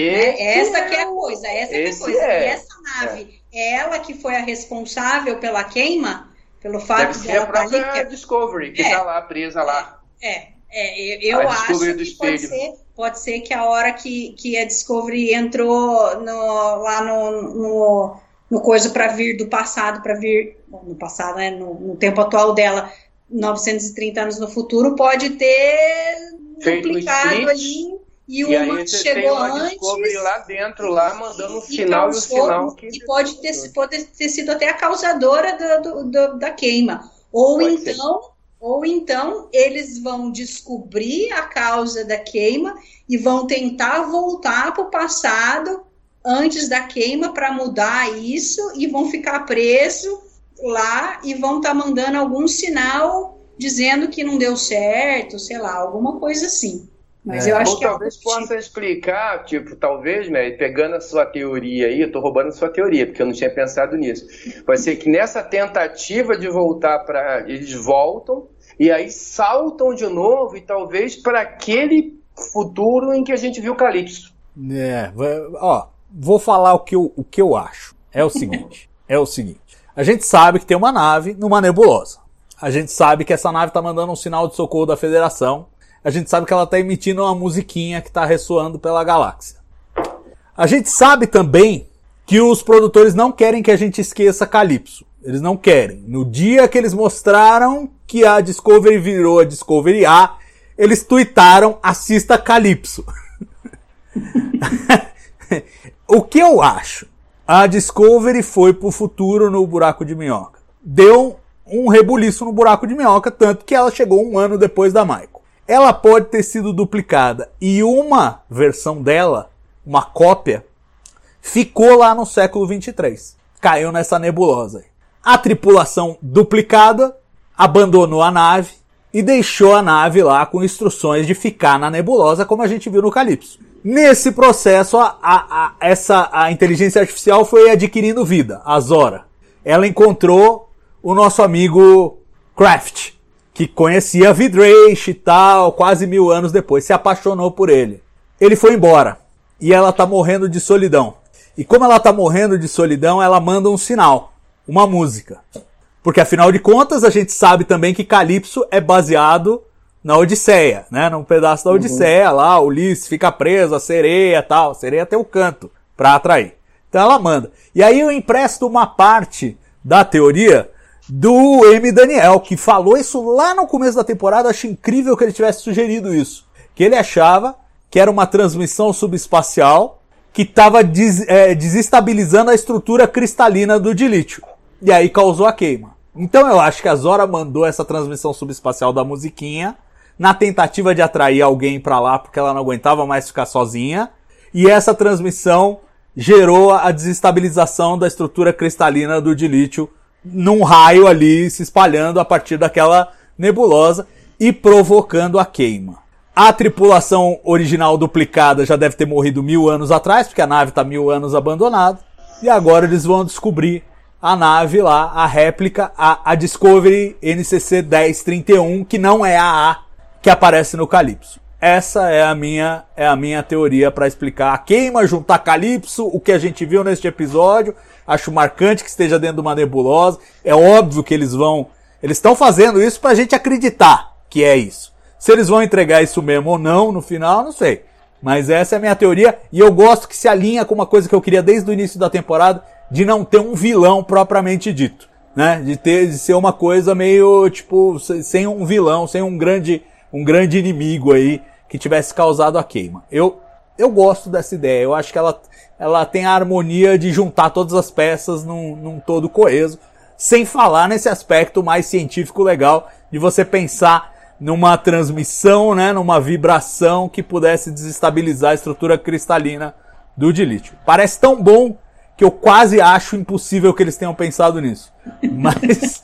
[SPEAKER 9] É, essa que é a coisa, essa que é a coisa.
[SPEAKER 8] É.
[SPEAKER 9] E essa nave, é. ela que foi a responsável pela queima, pelo fato
[SPEAKER 8] de
[SPEAKER 9] ela
[SPEAKER 8] a própria
[SPEAKER 9] estar ali,
[SPEAKER 8] Discovery, que está é. lá presa lá.
[SPEAKER 9] É, é eu
[SPEAKER 8] a
[SPEAKER 9] acho que pode ser, pode ser que a hora que, que a Discovery entrou no, lá no, no, no coisa para vir do passado, para vir, no passado, né, no, no tempo atual dela, novecentos e trinta anos no futuro, pode ter duplicado ali, e, e uma chegou antes
[SPEAKER 8] lá dentro, lá mandando um sinal e, e o sinal que...
[SPEAKER 9] e pode ter, pode ter sido até a causadora do, do, do, da queima, ou pode então ser. ou então eles vão descobrir a causa da queima e vão tentar voltar para o passado antes da queima para mudar isso, e vão ficar presos lá e vão estar tá mandando algum sinal dizendo que não deu certo, sei lá, alguma coisa assim. Mas é. eu acho
[SPEAKER 8] Ou
[SPEAKER 9] que
[SPEAKER 8] talvez
[SPEAKER 9] é
[SPEAKER 8] possa explicar, tipo, talvez, né, pegando a sua teoria aí, eu tô roubando a sua teoria, porque eu não tinha pensado nisso. Pode ser que nessa tentativa de voltar para, eles voltam e aí saltam de novo e talvez para aquele futuro em que a gente viu o Calypso.
[SPEAKER 7] É, ó, vou falar o que eu, o que eu acho. É o seguinte, é o seguinte. A gente sabe que tem uma nave numa nebulosa. A gente sabe que essa nave tá mandando um sinal de socorro da Federação. A gente sabe que ela tá emitindo uma musiquinha que tá ressoando pela galáxia. A gente sabe também que os produtores não querem que a gente esqueça Calypso. Eles não querem. No dia que eles mostraram que a Discovery virou a Discovery A, eles tuitaram: assista Calypso. O que eu acho? A Discovery foi pro futuro no buraco de minhoca. Deu um rebuliço no buraco de minhoca, tanto que ela chegou um ano depois da Michael. Ela pode ter sido duplicada e uma versão dela, uma cópia, ficou lá no século vinte e três. Caiu nessa nebulosa. A tripulação duplicada abandonou a nave e deixou a nave lá com instruções de ficar na nebulosa, como a gente viu no Calypso. Nesse processo, a, a, a, essa, a inteligência artificial foi adquirindo vida, a Zora. Ela encontrou o nosso amigo Kraft, que conhecia Vidrace e tal, quase mil anos depois, se apaixonou por ele. Ele foi embora, e ela tá morrendo de solidão. E como ela tá morrendo de solidão, ela manda um sinal, uma música. Porque afinal de contas, a gente sabe também que Calypso é baseado na Odisseia, né? Num pedaço da Odisseia, uhum. Lá, Ulisses fica preso, a sereia e tal. A sereia tem o canto pra atrair. Então ela manda. E aí eu empresto uma parte da teoria do M. Daniel, que falou isso lá no começo da temporada. Acho incrível que ele tivesse sugerido isso. Que ele achava que era uma transmissão subespacial que estava des, é, desestabilizando a estrutura cristalina do dilítio. E aí causou a queima. Então eu acho que a Zora mandou essa transmissão subespacial da musiquinha na tentativa de atrair alguém pra lá, porque ela não aguentava mais ficar sozinha. E essa transmissão gerou a desestabilização da estrutura cristalina do dilítio num raio ali se espalhando a partir daquela nebulosa e provocando a queima. A tripulação original duplicada já deve ter morrido mil anos atrás, porque a nave está mil anos abandonada. E agora eles vão descobrir a nave lá, a réplica, a, a Discovery N C C dez trinta e um, que não é a A que aparece no Calypso. Essa é a minha, é a minha teoria para explicar a queima, juntar Calypso, o que a gente viu neste episódio. Acho marcante que esteja dentro de uma nebulosa. É óbvio que eles vão... Eles estão fazendo isso pra gente acreditar que é isso. Se eles vão entregar isso mesmo ou não no final, não sei. Mas essa é a minha teoria. E eu gosto que se alinha com uma coisa que eu queria desde o início da temporada, de não ter um vilão propriamente dito, né? De ter, de ser uma coisa meio, tipo, sem um vilão, sem um grande, um grande inimigo aí que tivesse causado a queima. Eu, eu gosto dessa ideia. Eu acho que ela, ela tem a harmonia de juntar todas as peças num, num todo coeso, sem falar nesse aspecto mais científico legal de você pensar numa transmissão, né, numa vibração que pudesse desestabilizar a estrutura cristalina do dilítio. Parece tão bom que eu quase acho impossível que eles tenham pensado nisso. Mas,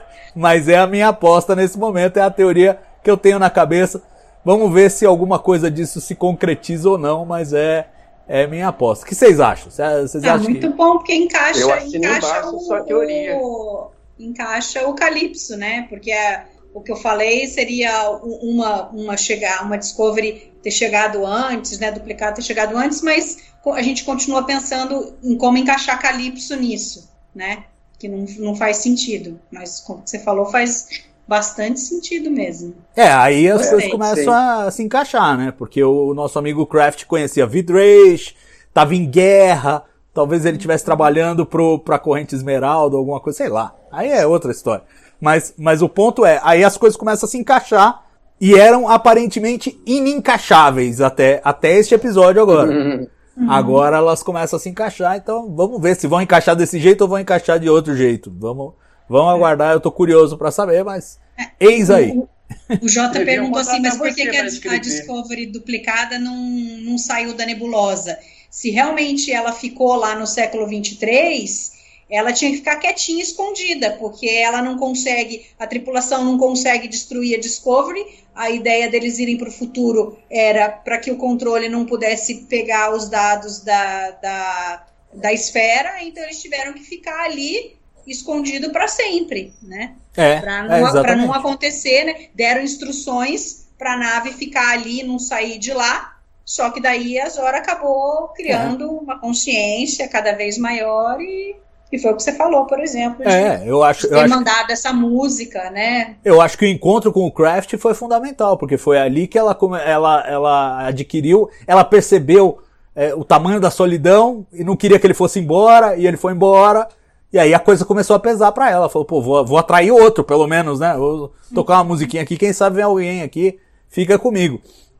[SPEAKER 7] mas é a minha aposta nesse momento, é a teoria que eu tenho na cabeça. Vamos ver se alguma coisa disso se concretiza ou não, mas é, é minha aposta. O que vocês acham? Vocês
[SPEAKER 9] é
[SPEAKER 7] acham
[SPEAKER 9] muito
[SPEAKER 7] que...
[SPEAKER 9] bom, porque encaixa,
[SPEAKER 8] Eu assino
[SPEAKER 9] encaixa,
[SPEAKER 8] embaixo
[SPEAKER 9] o,
[SPEAKER 8] sua teoria.
[SPEAKER 9] o, encaixa o Calypso, né? Porque a, o que eu falei seria uma, uma, chegar, uma Discovery ter chegado antes, né? Duplicado ter chegado antes, mas a gente continua pensando em como encaixar Calypso nisso, né? Que não, não faz sentido. Mas como você falou, faz bastante sentido mesmo.
[SPEAKER 7] É, aí as
[SPEAKER 9] Gostei,
[SPEAKER 7] coisas começam
[SPEAKER 8] sim.
[SPEAKER 7] a se encaixar, né? Porque o nosso amigo Kraft conhecia Vidrage, tava em guerra, talvez ele estivesse trabalhando pro, pra Corrente Esmeralda, alguma coisa, sei lá. Aí é outra história. Mas, mas o ponto é, aí as coisas começam a se encaixar e eram aparentemente inencaixáveis até, até este episódio agora.
[SPEAKER 8] Uhum.
[SPEAKER 7] Agora elas começam a se encaixar, então vamos ver se vão encaixar desse jeito ou vão encaixar de outro jeito. Vamos, vamos aguardar, eu tô curioso pra saber, mas eis aí.
[SPEAKER 9] O, o Jota
[SPEAKER 8] Deviam
[SPEAKER 9] perguntou assim, mas por
[SPEAKER 8] contratar
[SPEAKER 9] que,
[SPEAKER 8] você
[SPEAKER 9] que a,
[SPEAKER 8] pra escrever.
[SPEAKER 9] a Discovery duplicada não, não saiu da nebulosa? Se realmente ela ficou lá no século vinte e três, ela tinha que ficar quietinha, escondida, porque ela não consegue, a tripulação não consegue destruir a Discovery. A ideia deles irem para o futuro era para que o controle não pudesse pegar os dados da, da, da esfera, então eles tiveram que ficar ali escondido para sempre, né?
[SPEAKER 7] É,
[SPEAKER 9] Para
[SPEAKER 7] é,
[SPEAKER 9] não, pra
[SPEAKER 7] exatamente.
[SPEAKER 9] não acontecer, né? Deram instruções para a nave ficar ali, não sair de lá, só que daí a Zora acabou criando
[SPEAKER 7] É.
[SPEAKER 9] uma consciência cada vez maior e, e foi o que você falou, por exemplo, de,
[SPEAKER 7] É, eu acho,
[SPEAKER 9] de
[SPEAKER 7] eu
[SPEAKER 9] ter
[SPEAKER 7] acho,
[SPEAKER 9] mandado essa música, né?
[SPEAKER 7] eu acho que o encontro com o Kraft foi fundamental, porque foi ali que ela, come- ela, ela adquiriu, ela percebeu é, o tamanho da solidão e não queria que ele fosse embora, e ele foi embora, e aí a coisa começou a pesar pra ela. Falou, pô, vou, vou atrair outro, pelo menos, né? Vou tocar uma musiquinha aqui, quem sabe vem alguém aqui, fica comigo.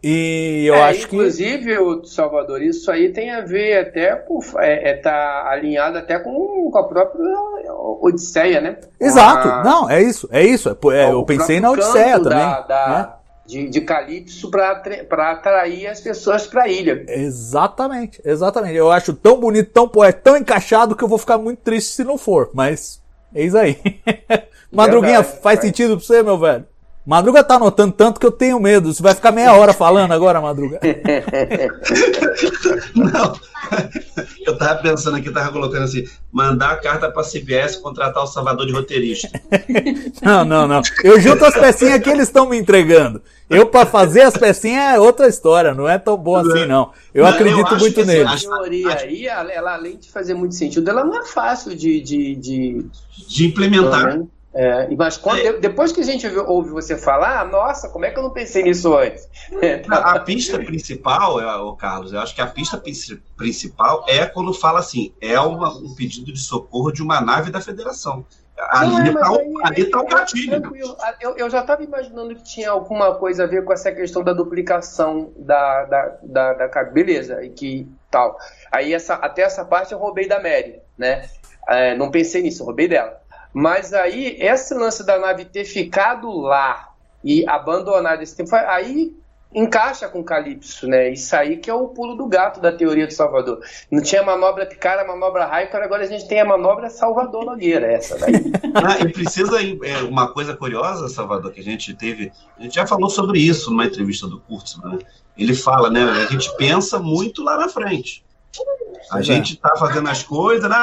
[SPEAKER 7] E eu
[SPEAKER 8] É,
[SPEAKER 7] acho que...
[SPEAKER 8] inclusive, o Salvador, isso aí tem a ver até com. É, é, tá alinhado até com, com a própria Odisseia, né?
[SPEAKER 7] Exato,
[SPEAKER 8] A-
[SPEAKER 7] não, é isso, é isso. É, pô, é, eu
[SPEAKER 8] o
[SPEAKER 7] pensei na
[SPEAKER 8] próprio
[SPEAKER 7] Odisseia
[SPEAKER 8] canto
[SPEAKER 7] também.
[SPEAKER 8] da- da-
[SPEAKER 7] né?
[SPEAKER 8] de, de Calypso para atrair as pessoas para a ilha.
[SPEAKER 7] Exatamente, exatamente. Eu acho tão bonito, tão poético, tão encaixado que eu vou ficar muito triste se não for, mas eis aí. Madruguinha,
[SPEAKER 8] Verdade,
[SPEAKER 7] faz
[SPEAKER 8] faz.
[SPEAKER 7] sentido pra você, meu velho? Madruga tá anotando tanto que eu tenho medo. Você vai ficar meia hora falando agora, Madruga?
[SPEAKER 10] Não, eu tava pensando aqui, tava colocando assim, mandar a carta pra C B S contratar o Salvador de roteirista.
[SPEAKER 7] Não, não, não. Eu junto as pecinhas que eles estão me entregando. Eu, pra fazer as pecinhas, é outra história. Não é tão bom assim, não. Eu
[SPEAKER 10] Não,
[SPEAKER 7] acredito
[SPEAKER 10] eu acho
[SPEAKER 7] muito
[SPEAKER 10] que assim,
[SPEAKER 7] nele.
[SPEAKER 8] A
[SPEAKER 10] acho-
[SPEAKER 8] teoria
[SPEAKER 10] acho-
[SPEAKER 8] aí, ela, ela, além de fazer muito sentido, ela não é fácil de. de, de
[SPEAKER 10] De implementar.
[SPEAKER 8] né? É, mas quando-
[SPEAKER 10] É.
[SPEAKER 8] depois que a gente ouve, ouve você falar, ah, nossa, como é que eu não pensei nisso antes? É, tá.
[SPEAKER 10] A, a pista principal, é, ô Carlos, eu acho que a pista princi- principal é quando fala assim, é uma- um pedido de socorro de uma nave da Federação.
[SPEAKER 8] Não,
[SPEAKER 10] Ali
[SPEAKER 8] é, mas
[SPEAKER 10] tá o-
[SPEAKER 8] aí-
[SPEAKER 10] ali tá o
[SPEAKER 8] aí-
[SPEAKER 10] gatilho.
[SPEAKER 8] tranquilo. Eu, eu já estava imaginando que tinha alguma coisa a ver com essa questão da duplicação da, da, da, da ca- beleza, e que tal. Aí essa, até essa parte eu roubei da Mary, né? É, não pensei nisso, eu roubei dela. Mas aí, esse lance da nave ter ficado lá e abandonado esse tempo, aí encaixa com o Calypso, né? Isso aí que é o pulo do gato da teoria do Salvador. Não tinha manobra Picard, manobra Riker, agora a gente tem a manobra Salvador Nogueira, essa daí.
[SPEAKER 10] Ah, e precisa, é, uma coisa curiosa, Salvador, que a gente teve, a gente já falou sobre isso numa entrevista do Kurtzman, né? Ele fala, né, a gente pensa muito lá na frente. A
[SPEAKER 7] Pois é.
[SPEAKER 10] gente tá fazendo as coisas, ah,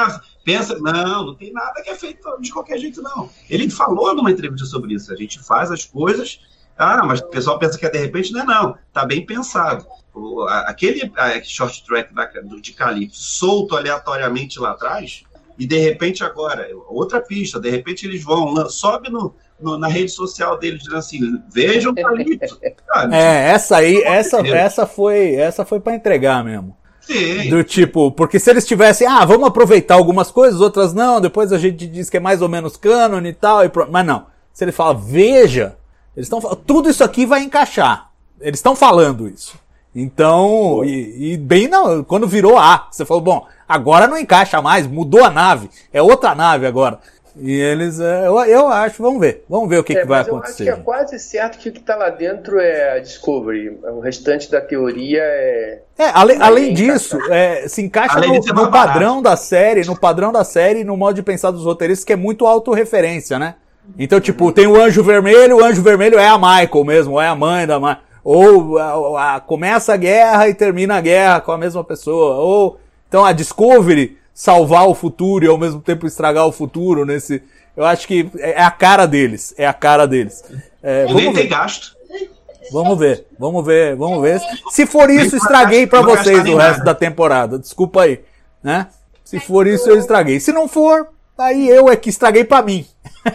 [SPEAKER 10] pensa, não, não tem nada que é feito de qualquer jeito, não. Ele falou numa entrevista sobre isso, a gente faz as coisas, ah, mas o pessoal pensa que é de repente, não é não, tá bem pensado. O, a, aquele a, short track da, do, de Calypso, solto aleatoriamente lá atrás, e de repente agora, outra pista, de repente eles vão, sobe no, no, na rede social deles, dizendo assim, vejam o Calypso. Cara,
[SPEAKER 7] é, essa aí, essa, essa foi, essa foi pra entregar mesmo.
[SPEAKER 10] Sim.
[SPEAKER 7] Do tipo, porque se eles tivessem, ah, vamos aproveitar algumas coisas, outras não, depois a gente diz que é mais ou menos cânone e tal, e pro... mas não. Se ele fala, veja, eles estão tudo isso aqui vai encaixar. Eles estão falando isso. Então, e, e bem não, quando virou A, você falou, bom, agora não encaixa mais, mudou a nave, é outra nave agora. E eles, eu, eu acho, vamos ver, vamos ver o que,
[SPEAKER 8] é,
[SPEAKER 7] que vai
[SPEAKER 8] mas eu
[SPEAKER 7] acontecer.
[SPEAKER 8] Acho que é quase certo que o que está lá dentro é a Discovery, o restante da teoria é...
[SPEAKER 7] É, ale, além disso, é, se encaixa no, no padrão da série, no padrão da série, no modo de pensar dos roteiristas, que é muito autorreferência, né? Então, tipo, tem o Anjo Vermelho, o Anjo Vermelho é a Michael mesmo, é a mãe da Michael. Ou a, a, começa a guerra e termina a guerra com a mesma pessoa. Ou então a Discovery salvar o futuro e ao mesmo tempo estragar o futuro nesse. Eu acho que é a cara deles. É a cara deles. É,
[SPEAKER 10] vamos ver. Gasto.
[SPEAKER 7] Vamos ver, vamos ver, vamos ver. Se for isso, estraguei pra vocês o resto da temporada. Desculpa aí, né? Se for isso, eu estraguei. Se não for, aí eu é que estraguei pra mim.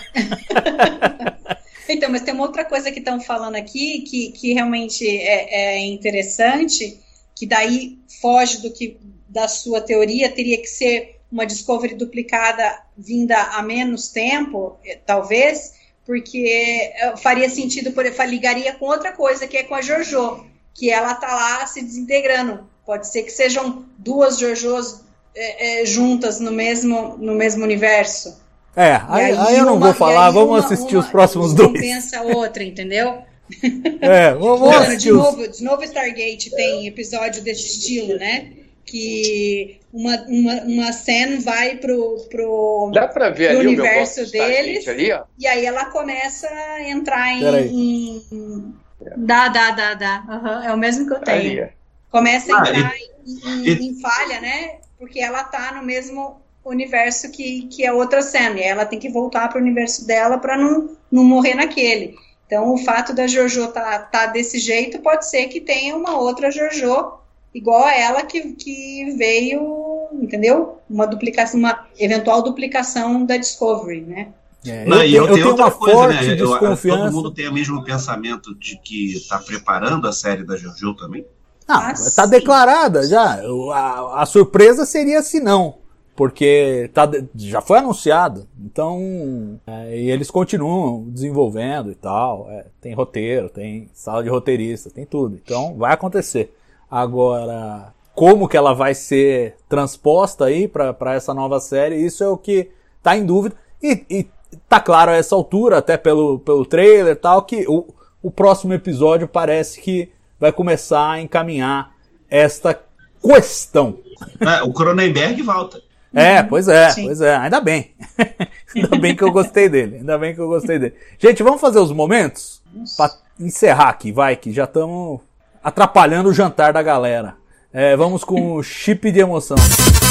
[SPEAKER 9] Então, mas tem uma outra coisa que estão falando aqui que, que realmente é, é interessante, que daí foge do que da sua teoria, teria que ser uma Discovery duplicada vinda há menos tempo, talvez, porque faria sentido, por ligaria com outra coisa, que é com a JoJo, que ela tá lá se desintegrando. Pode ser que sejam duas JoJos é, é, juntas no mesmo, no mesmo universo.
[SPEAKER 7] É, aí, aí, aí eu não uma, vou falar, vamos uma, assistir uma, os próximos dois.
[SPEAKER 9] Compensa a outra, entendeu?
[SPEAKER 7] É, vamos, vamos assistir.
[SPEAKER 9] De novo, de novo Stargate tem episódio desse estilo, né? Que uma, uma, uma Sen vai pro, pro,
[SPEAKER 8] Dá pra ver
[SPEAKER 9] pro
[SPEAKER 8] ali
[SPEAKER 9] universo
[SPEAKER 8] o
[SPEAKER 9] deles,
[SPEAKER 8] ali, ó.
[SPEAKER 9] E aí ela começa a entrar em... em dá, dá, dá, dá. Uhum, é o mesmo que eu tenho. Ali, começa a entrar ah, em, e... em, em falha, né? Porque ela tá no mesmo universo que, que a outra Sam, e ela tem que voltar para o universo dela para não, não morrer naquele. Então, o fato da JoJo tá, tá desse jeito, pode ser que tenha uma outra JoJo igual a ela que, que veio, entendeu? Uma duplicação, uma eventual duplicação da Discovery, né?
[SPEAKER 7] É, eu, não, eu, eu tenho uma coisa, forte né? desconfiança.
[SPEAKER 10] Todo mundo tem o mesmo pensamento de que está preparando a série da JoJo também?
[SPEAKER 7] Não, ah, tá sim. declarada já. A, a surpresa seria se não. Porque tá, já foi anunciado, então é, e eles continuam desenvolvendo e tal, é, tem roteiro, tem sala de roteirista, tem tudo, então vai acontecer. Agora, como que ela vai ser transposta aí para essa nova série, isso é o que tá em dúvida, e, e tá claro a essa altura, até pelo, pelo trailer e tal, que o, o próximo episódio parece que vai começar a encaminhar esta questão.
[SPEAKER 10] É, o Cronenberg volta.
[SPEAKER 7] É, pois é, Sim. pois é, ainda bem. Ainda bem que eu gostei dele, ainda bem que eu gostei dele. Gente, vamos fazer os momentos? Pra encerrar aqui, vai, que já estamos atrapalhando o jantar da galera. É, vamos com o chip de emoção.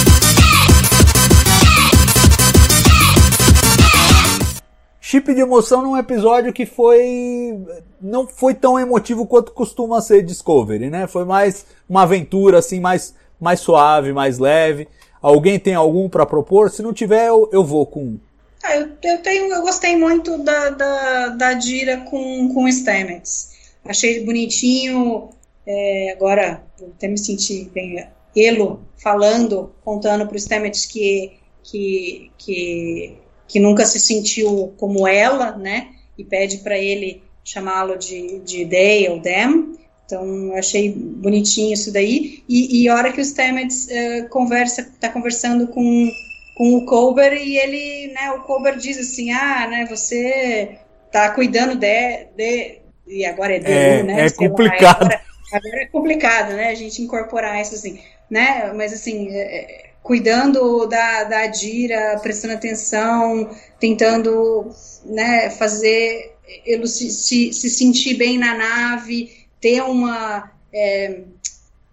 [SPEAKER 7] Chip de emoção num episódio que foi... não foi tão emotivo quanto costuma ser Discovery, né? Foi mais uma aventura, assim, mais, mais suave, mais leve. Alguém tem algum para propor? Se não tiver, eu, eu vou com um.
[SPEAKER 9] Ah, eu, eu, tenho, eu gostei muito da, da, da Dira com, com o Stamets. Achei bonitinho. É, agora, eu até me senti bem. Elo falando, contando para o Stamets que, que, que, que nunca se sentiu como ela, né? E pede para ele chamá-lo de, de they ou them. Então, eu achei bonitinho isso daí. E, e a hora que o Stamets uh, conversa, tá conversando com, com o Culber, e ele, né, o Culber diz assim, ah, né, você tá cuidando de... de e agora é de
[SPEAKER 7] é,
[SPEAKER 9] né?
[SPEAKER 7] É complicado.
[SPEAKER 9] Lá, agora, agora é complicado, né, a gente incorporar isso assim, né, mas assim, é, cuidando da, da Dira, prestando atenção, tentando, né, fazer ele se, se, se sentir bem na nave, ter uma, é,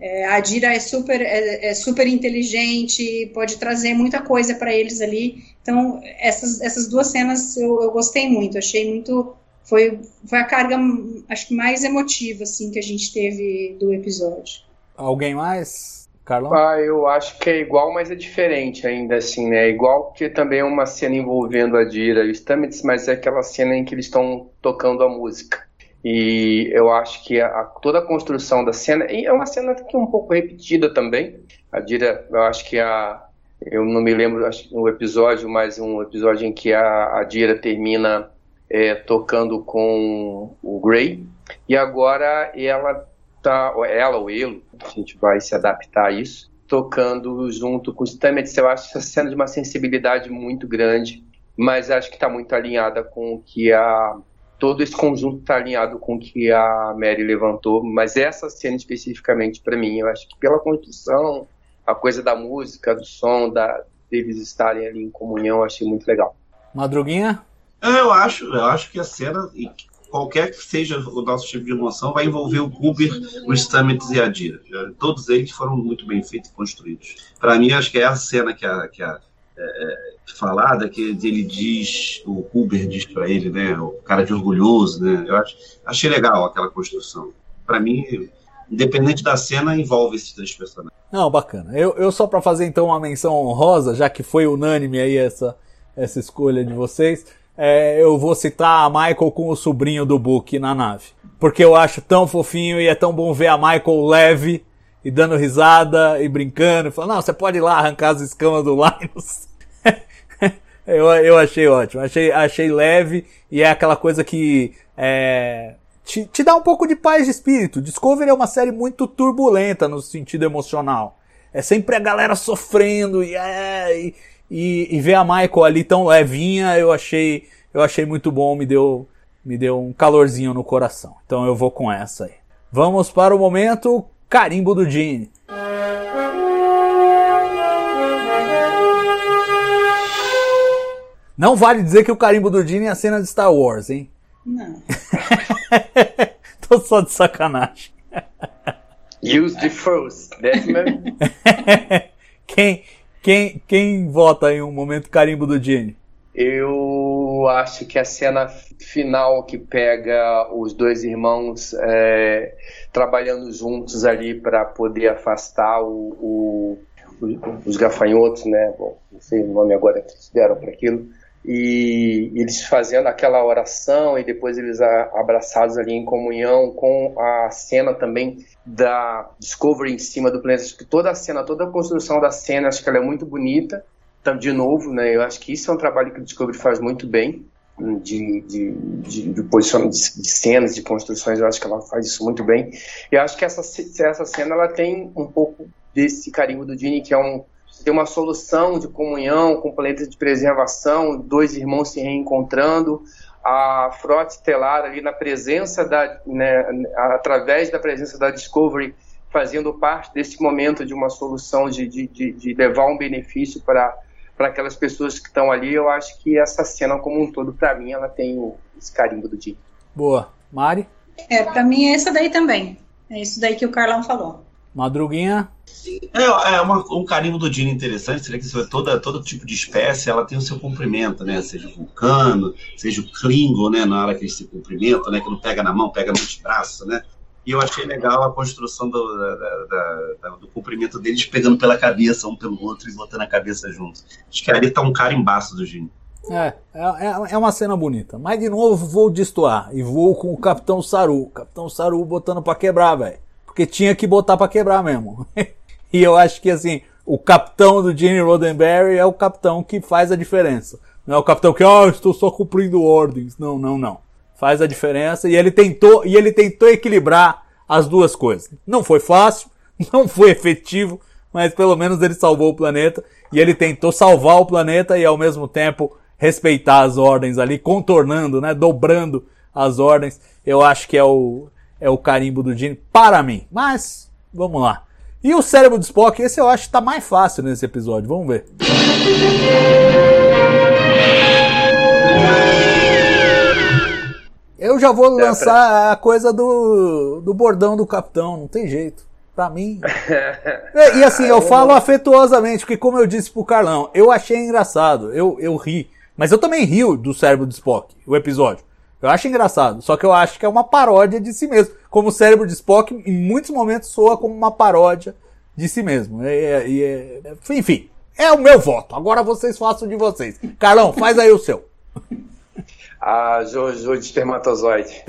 [SPEAKER 9] É, a Adira é super, é, é super inteligente, pode trazer muita coisa para eles ali. Então, essas, essas duas cenas eu, eu gostei muito, achei muito... Foi, foi a carga, acho que mais emotiva, assim, que a gente teve do episódio.
[SPEAKER 7] Alguém mais? Carlão?
[SPEAKER 8] Ah, eu acho que é igual, mas é diferente ainda, assim, né? É igual que também é uma cena envolvendo a Adira e o Stamets, mas é aquela cena em que eles estão tocando a música. E eu acho que a, toda a construção da cena, e é uma cena que é um pouco repetida também. A Adira, eu acho que a... Eu não me lembro acho, no episódio, mas um episódio em que a Adira termina... É, tocando com o Gray, e agora ela tá, ela ou ele, a gente vai se adaptar a isso, tocando junto com o Stamets. Eu acho essa cena de uma sensibilidade muito grande, mas acho que está muito alinhada com o que a todo esse conjunto está alinhado com o que a Mary levantou, mas essa cena especificamente para mim, eu acho que pela construção, a coisa da música, do som, da, deles estarem ali em comunhão, eu achei muito legal.
[SPEAKER 7] Madruguinha?
[SPEAKER 10] Eu acho, eu acho que a cena, qualquer que seja o nosso tipo de emoção, vai envolver o Kuber, o Stamets e a Adira. Todos eles foram muito bem feitos e construídos. Para mim, acho que é a cena que a, que a é, falada, que ele diz, o Kuber diz para ele, né, o cara de orgulhoso, né, eu acho, achei legal aquela construção. Para mim, independente da cena, envolve esses três personagens.
[SPEAKER 7] Não, bacana. Eu, eu só para fazer então uma menção honrosa, já que foi unânime aí essa, essa escolha de vocês... É, eu vou citar a Michael com o sobrinho do Book na nave. Porque eu acho tão fofinho e é tão bom ver a Michael leve e dando risada e brincando. E falando, não, você pode ir lá arrancar as escamas do Linus. eu, eu achei ótimo. Achei, achei leve e é aquela coisa que é, te, te dá um pouco de paz de espírito. Discovery é uma série muito turbulenta no sentido emocional. É sempre a galera sofrendo e... É, e E, e ver a Michael ali tão levinha, eu achei, eu achei muito bom, me deu, me deu um calorzinho no coração. Então eu vou com essa aí. Vamos para o momento carimbo do Gene. Não vale dizer que o carimbo do Gene é a cena de Star Wars, hein?
[SPEAKER 9] Não.
[SPEAKER 7] Tô só de sacanagem.
[SPEAKER 8] Use the force, that's my...
[SPEAKER 7] Quem... Quem, quem vota em um momento carimbo do Gene?
[SPEAKER 8] Eu acho que a cena final que pega os dois irmãos é, trabalhando juntos ali para poder afastar o, o, os gafanhotos, né? Bom, não sei o nome agora que eles deram para aquilo. E eles fazendo aquela oração e depois eles abraçados ali em comunhão com a cena também da Discovery em cima do planeta. Acho que toda a cena, toda a construção da cena, acho que ela é muito bonita. Então, de novo, né, eu acho que isso é um trabalho que o Discovery faz muito bem, de, de, de, de posicionamento de, de cenas, de construções. Eu acho que ela faz isso muito bem. E eu acho que essa, essa cena ela tem um pouco desse carimbo do Gene, que é um tem uma solução de comunhão com o planeta de preservação, dois irmãos se reencontrando, a frota estelar ali na presença da, né, através da presença da Discovery, fazendo parte desse momento de uma solução de, de, de, de levar um benefício para para aquelas pessoas que estão ali. Eu acho que essa cena como um todo, para mim, ela tem esse carimbo do dia.
[SPEAKER 7] Boa. Mari?
[SPEAKER 9] É, para mim é essa daí também. É isso daí que o Carlão falou.
[SPEAKER 7] Madruguinha?
[SPEAKER 10] É, é uma, um carimbo do Gene interessante, seria que toda, todo tipo de espécie ela tem o seu comprimento, né? Seja o vulcano, seja o Klingon, né? Na hora que eles se cumprimentam, né? Que não pega na mão, pega nos braços, né? E eu achei legal a construção do, da, da, da, do comprimento deles pegando pela cabeça, um pelo outro, e botando a cabeça junto. Acho que ali tá um carimbaço do Gene.
[SPEAKER 7] É, é, é uma cena bonita. Mas de novo vou destoar e vou com o Capitão Saru. O Capitão Saru botando pra quebrar, velho. Porque tinha que botar pra quebrar mesmo. E eu acho que assim, o capitão do Gene Roddenberry é o capitão que faz a diferença. Não é o capitão que, ah, oh, estou só cumprindo ordens. Não, não, não. Faz a diferença e ele tentou, e ele tentou equilibrar as duas coisas. Não foi fácil, não foi efetivo, mas pelo menos ele salvou o planeta. E ele tentou salvar o planeta e ao mesmo tempo respeitar as ordens ali, contornando, né, dobrando as ordens. Eu acho que é o, é o carimbo do Gene para mim. Mas, vamos lá. E o cérebro do Spock, esse eu acho que tá mais fácil nesse episódio. Vamos ver. Eu já vou lançar a coisa do, do bordão do capitão, não tem jeito. Pra mim... E, e assim, eu falo afetuosamente, porque como eu disse pro Carlão, eu achei engraçado, eu, eu ri. Mas eu também rio do Cérebro de Spock, o episódio. Eu acho engraçado, só que eu acho que é uma paródia de si mesmo. Como o Cérebro de Spock, em muitos momentos, soa como uma paródia de si mesmo. E, e, e, enfim, é o meu voto. Agora vocês façam de vocês. Carlão, faz aí o seu.
[SPEAKER 8] Ah, Jojo de espermatozoide.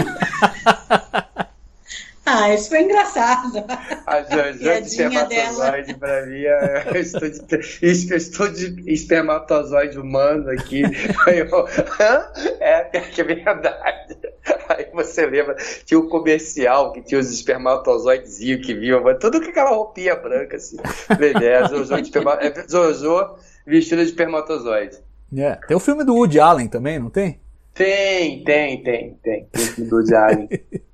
[SPEAKER 9] Ah, isso foi engraçado.
[SPEAKER 8] A Jojo de espermatozoide, pra mim, é, eu estou de, isso que eu estou de espermatozoide humano aqui. Aí eu, é, que é verdade. Aí você lembra, tinha um comercial que tinha os espermatozoidezinhos que vinham, tudo com aquela roupinha branca, assim. Beleza, Jojo, de esperma, é, Jojo vestida de espermatozoide.
[SPEAKER 7] É, tem o filme do Woody Allen também, não tem?
[SPEAKER 8] Tem, tem, tem, tem. Tem o filme do Woody Allen.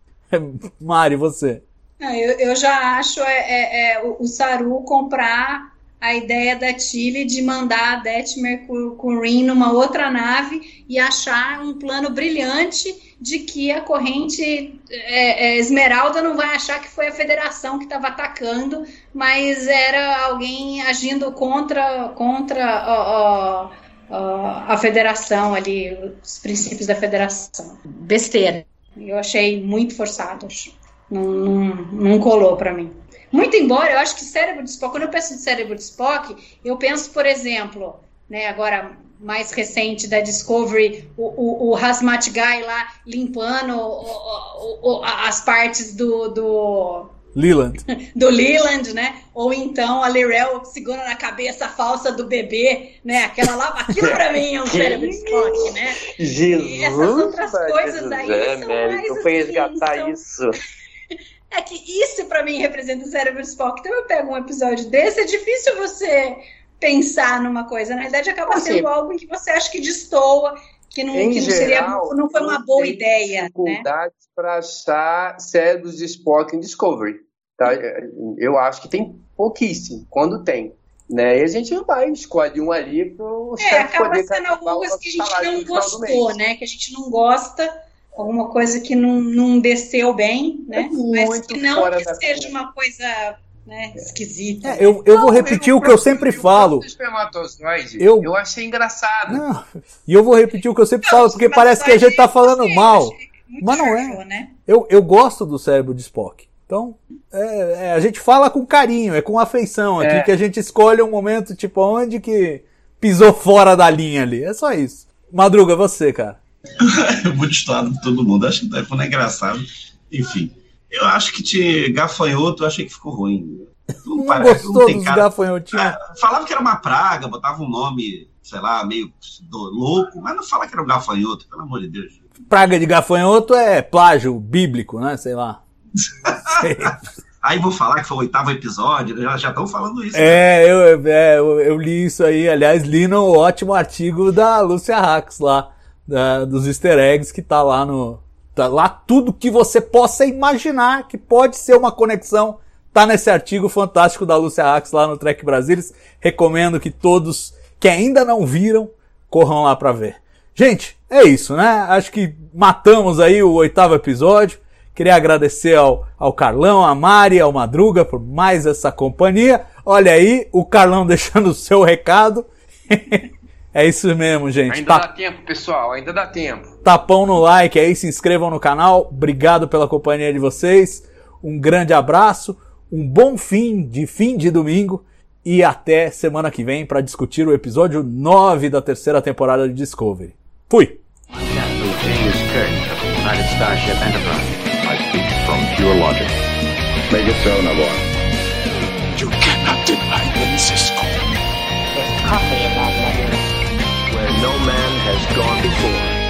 [SPEAKER 7] Mari, você?
[SPEAKER 9] Não, eu, eu já acho é, é, é, o, o Saru comprar a ideia da Tilly de mandar a Detmer com, com o Rin numa outra nave e achar um plano brilhante de que a corrente é, é, Esmeralda não vai achar que foi a Federação que estava atacando, mas era alguém agindo contra, contra ó, ó, ó, a Federação ali, os princípios da Federação. Besteira. Eu achei muito forçado, não, não, não colou para mim. Muito embora, eu acho que Cérebro de Spock, quando eu penso de Cérebro de Spock, eu penso, por exemplo, né, agora mais recente da Discovery, o, o, o Hazmat Guy lá limpando o, o, o, as partes do... do
[SPEAKER 7] Leland.
[SPEAKER 9] do Leland, né? Ou então a Lirel segurando na cabeça falsa do bebê, né? Aquela lá, aquilo pra mim é um Cérebro de Spock, né?
[SPEAKER 8] Jesus!
[SPEAKER 9] E essas outras coisas aí
[SPEAKER 8] é,
[SPEAKER 9] são
[SPEAKER 8] Mary,
[SPEAKER 9] mais
[SPEAKER 8] eu fui
[SPEAKER 9] assim,
[SPEAKER 8] resgatar
[SPEAKER 9] são...
[SPEAKER 8] isso.
[SPEAKER 9] É que isso pra mim representa o Cérebro de Spock. Então eu pego um episódio desse, é difícil você pensar numa coisa. Na verdade acaba
[SPEAKER 8] assim,
[SPEAKER 9] sendo algo em que você acha que destoa, que não, que não,
[SPEAKER 8] geral,
[SPEAKER 9] seria, não foi uma boa ideia.
[SPEAKER 8] Dificuldades, né? Para achar cérebros de Spock em Discovery. Tá? Eu acho que tem pouquíssimo, quando tem. Né? E a gente vai escolhe um ali para o
[SPEAKER 9] É, acaba sendo algumas que a gente não gostou, né? Que a gente não gosta, alguma coisa que não, não desceu bem, né?
[SPEAKER 8] É
[SPEAKER 9] mas que não que seja uma coisa... Né, esquisito.
[SPEAKER 7] É, eu, eu não, vou repetir eu, o que eu, eu sempre eu, falo.
[SPEAKER 8] Eu, eu achei engraçado.
[SPEAKER 7] Não, e eu vou repetir o que eu sempre não, falo, porque parece que a gente tá falando mal. Mas não é. Né? Eu, eu gosto do Cérebro de Spock. Então, é, é, a gente fala com carinho, é com afeição aqui, é. que a gente escolhe um momento, tipo, onde que pisou fora da linha ali. É só isso. Madruga, você, cara.
[SPEAKER 10] Eu vou destoar de todo mundo. Acho que o telefone é engraçado. Enfim. Eu acho que tinha gafanhoto, eu achei que ficou ruim.
[SPEAKER 7] Não, não parece, gostou não dos cara... gafanhotinhos?
[SPEAKER 10] Ah, falava que era uma praga, botava um nome, sei lá, meio louco, mas não fala que era um gafanhoto, pelo amor de Deus.
[SPEAKER 7] Praga de gafanhoto é plágio bíblico, né? Sei lá. Sei.
[SPEAKER 10] Aí vou falar que foi o oitavo episódio, já estão falando isso.
[SPEAKER 7] É, né? eu, é eu, eu li isso aí, aliás, li no ótimo artigo da Lúcia Hax lá, da, dos easter eggs que tá lá no... Tá lá tudo que você possa imaginar que pode ser uma conexão, tá nesse artigo fantástico da Lúcia Hax lá no Trek Brasilis. Recomendo que todos que ainda não viram, corram lá pra ver. Gente, é isso, né? Acho que matamos aí o oitavo episódio. Queria agradecer ao, ao Carlão, a Mari, ao Madruga por mais essa companhia. Olha aí, o Carlão deixando o seu recado. É isso mesmo, gente.
[SPEAKER 8] Ainda Tap... dá tempo, pessoal, ainda dá tempo.
[SPEAKER 7] Tapão no like aí, se inscrevam no canal. Obrigado pela companhia de vocês. Um grande abraço, um bom fim de fim de domingo e até semana que vem para discutir o episódio nove da terceira temporada de Discovery. Fui!
[SPEAKER 4] Make it so, Nabor.
[SPEAKER 5] You cannot deny them, Cisco.
[SPEAKER 6] There's coffee in that letter.
[SPEAKER 3] Where no man has gone before.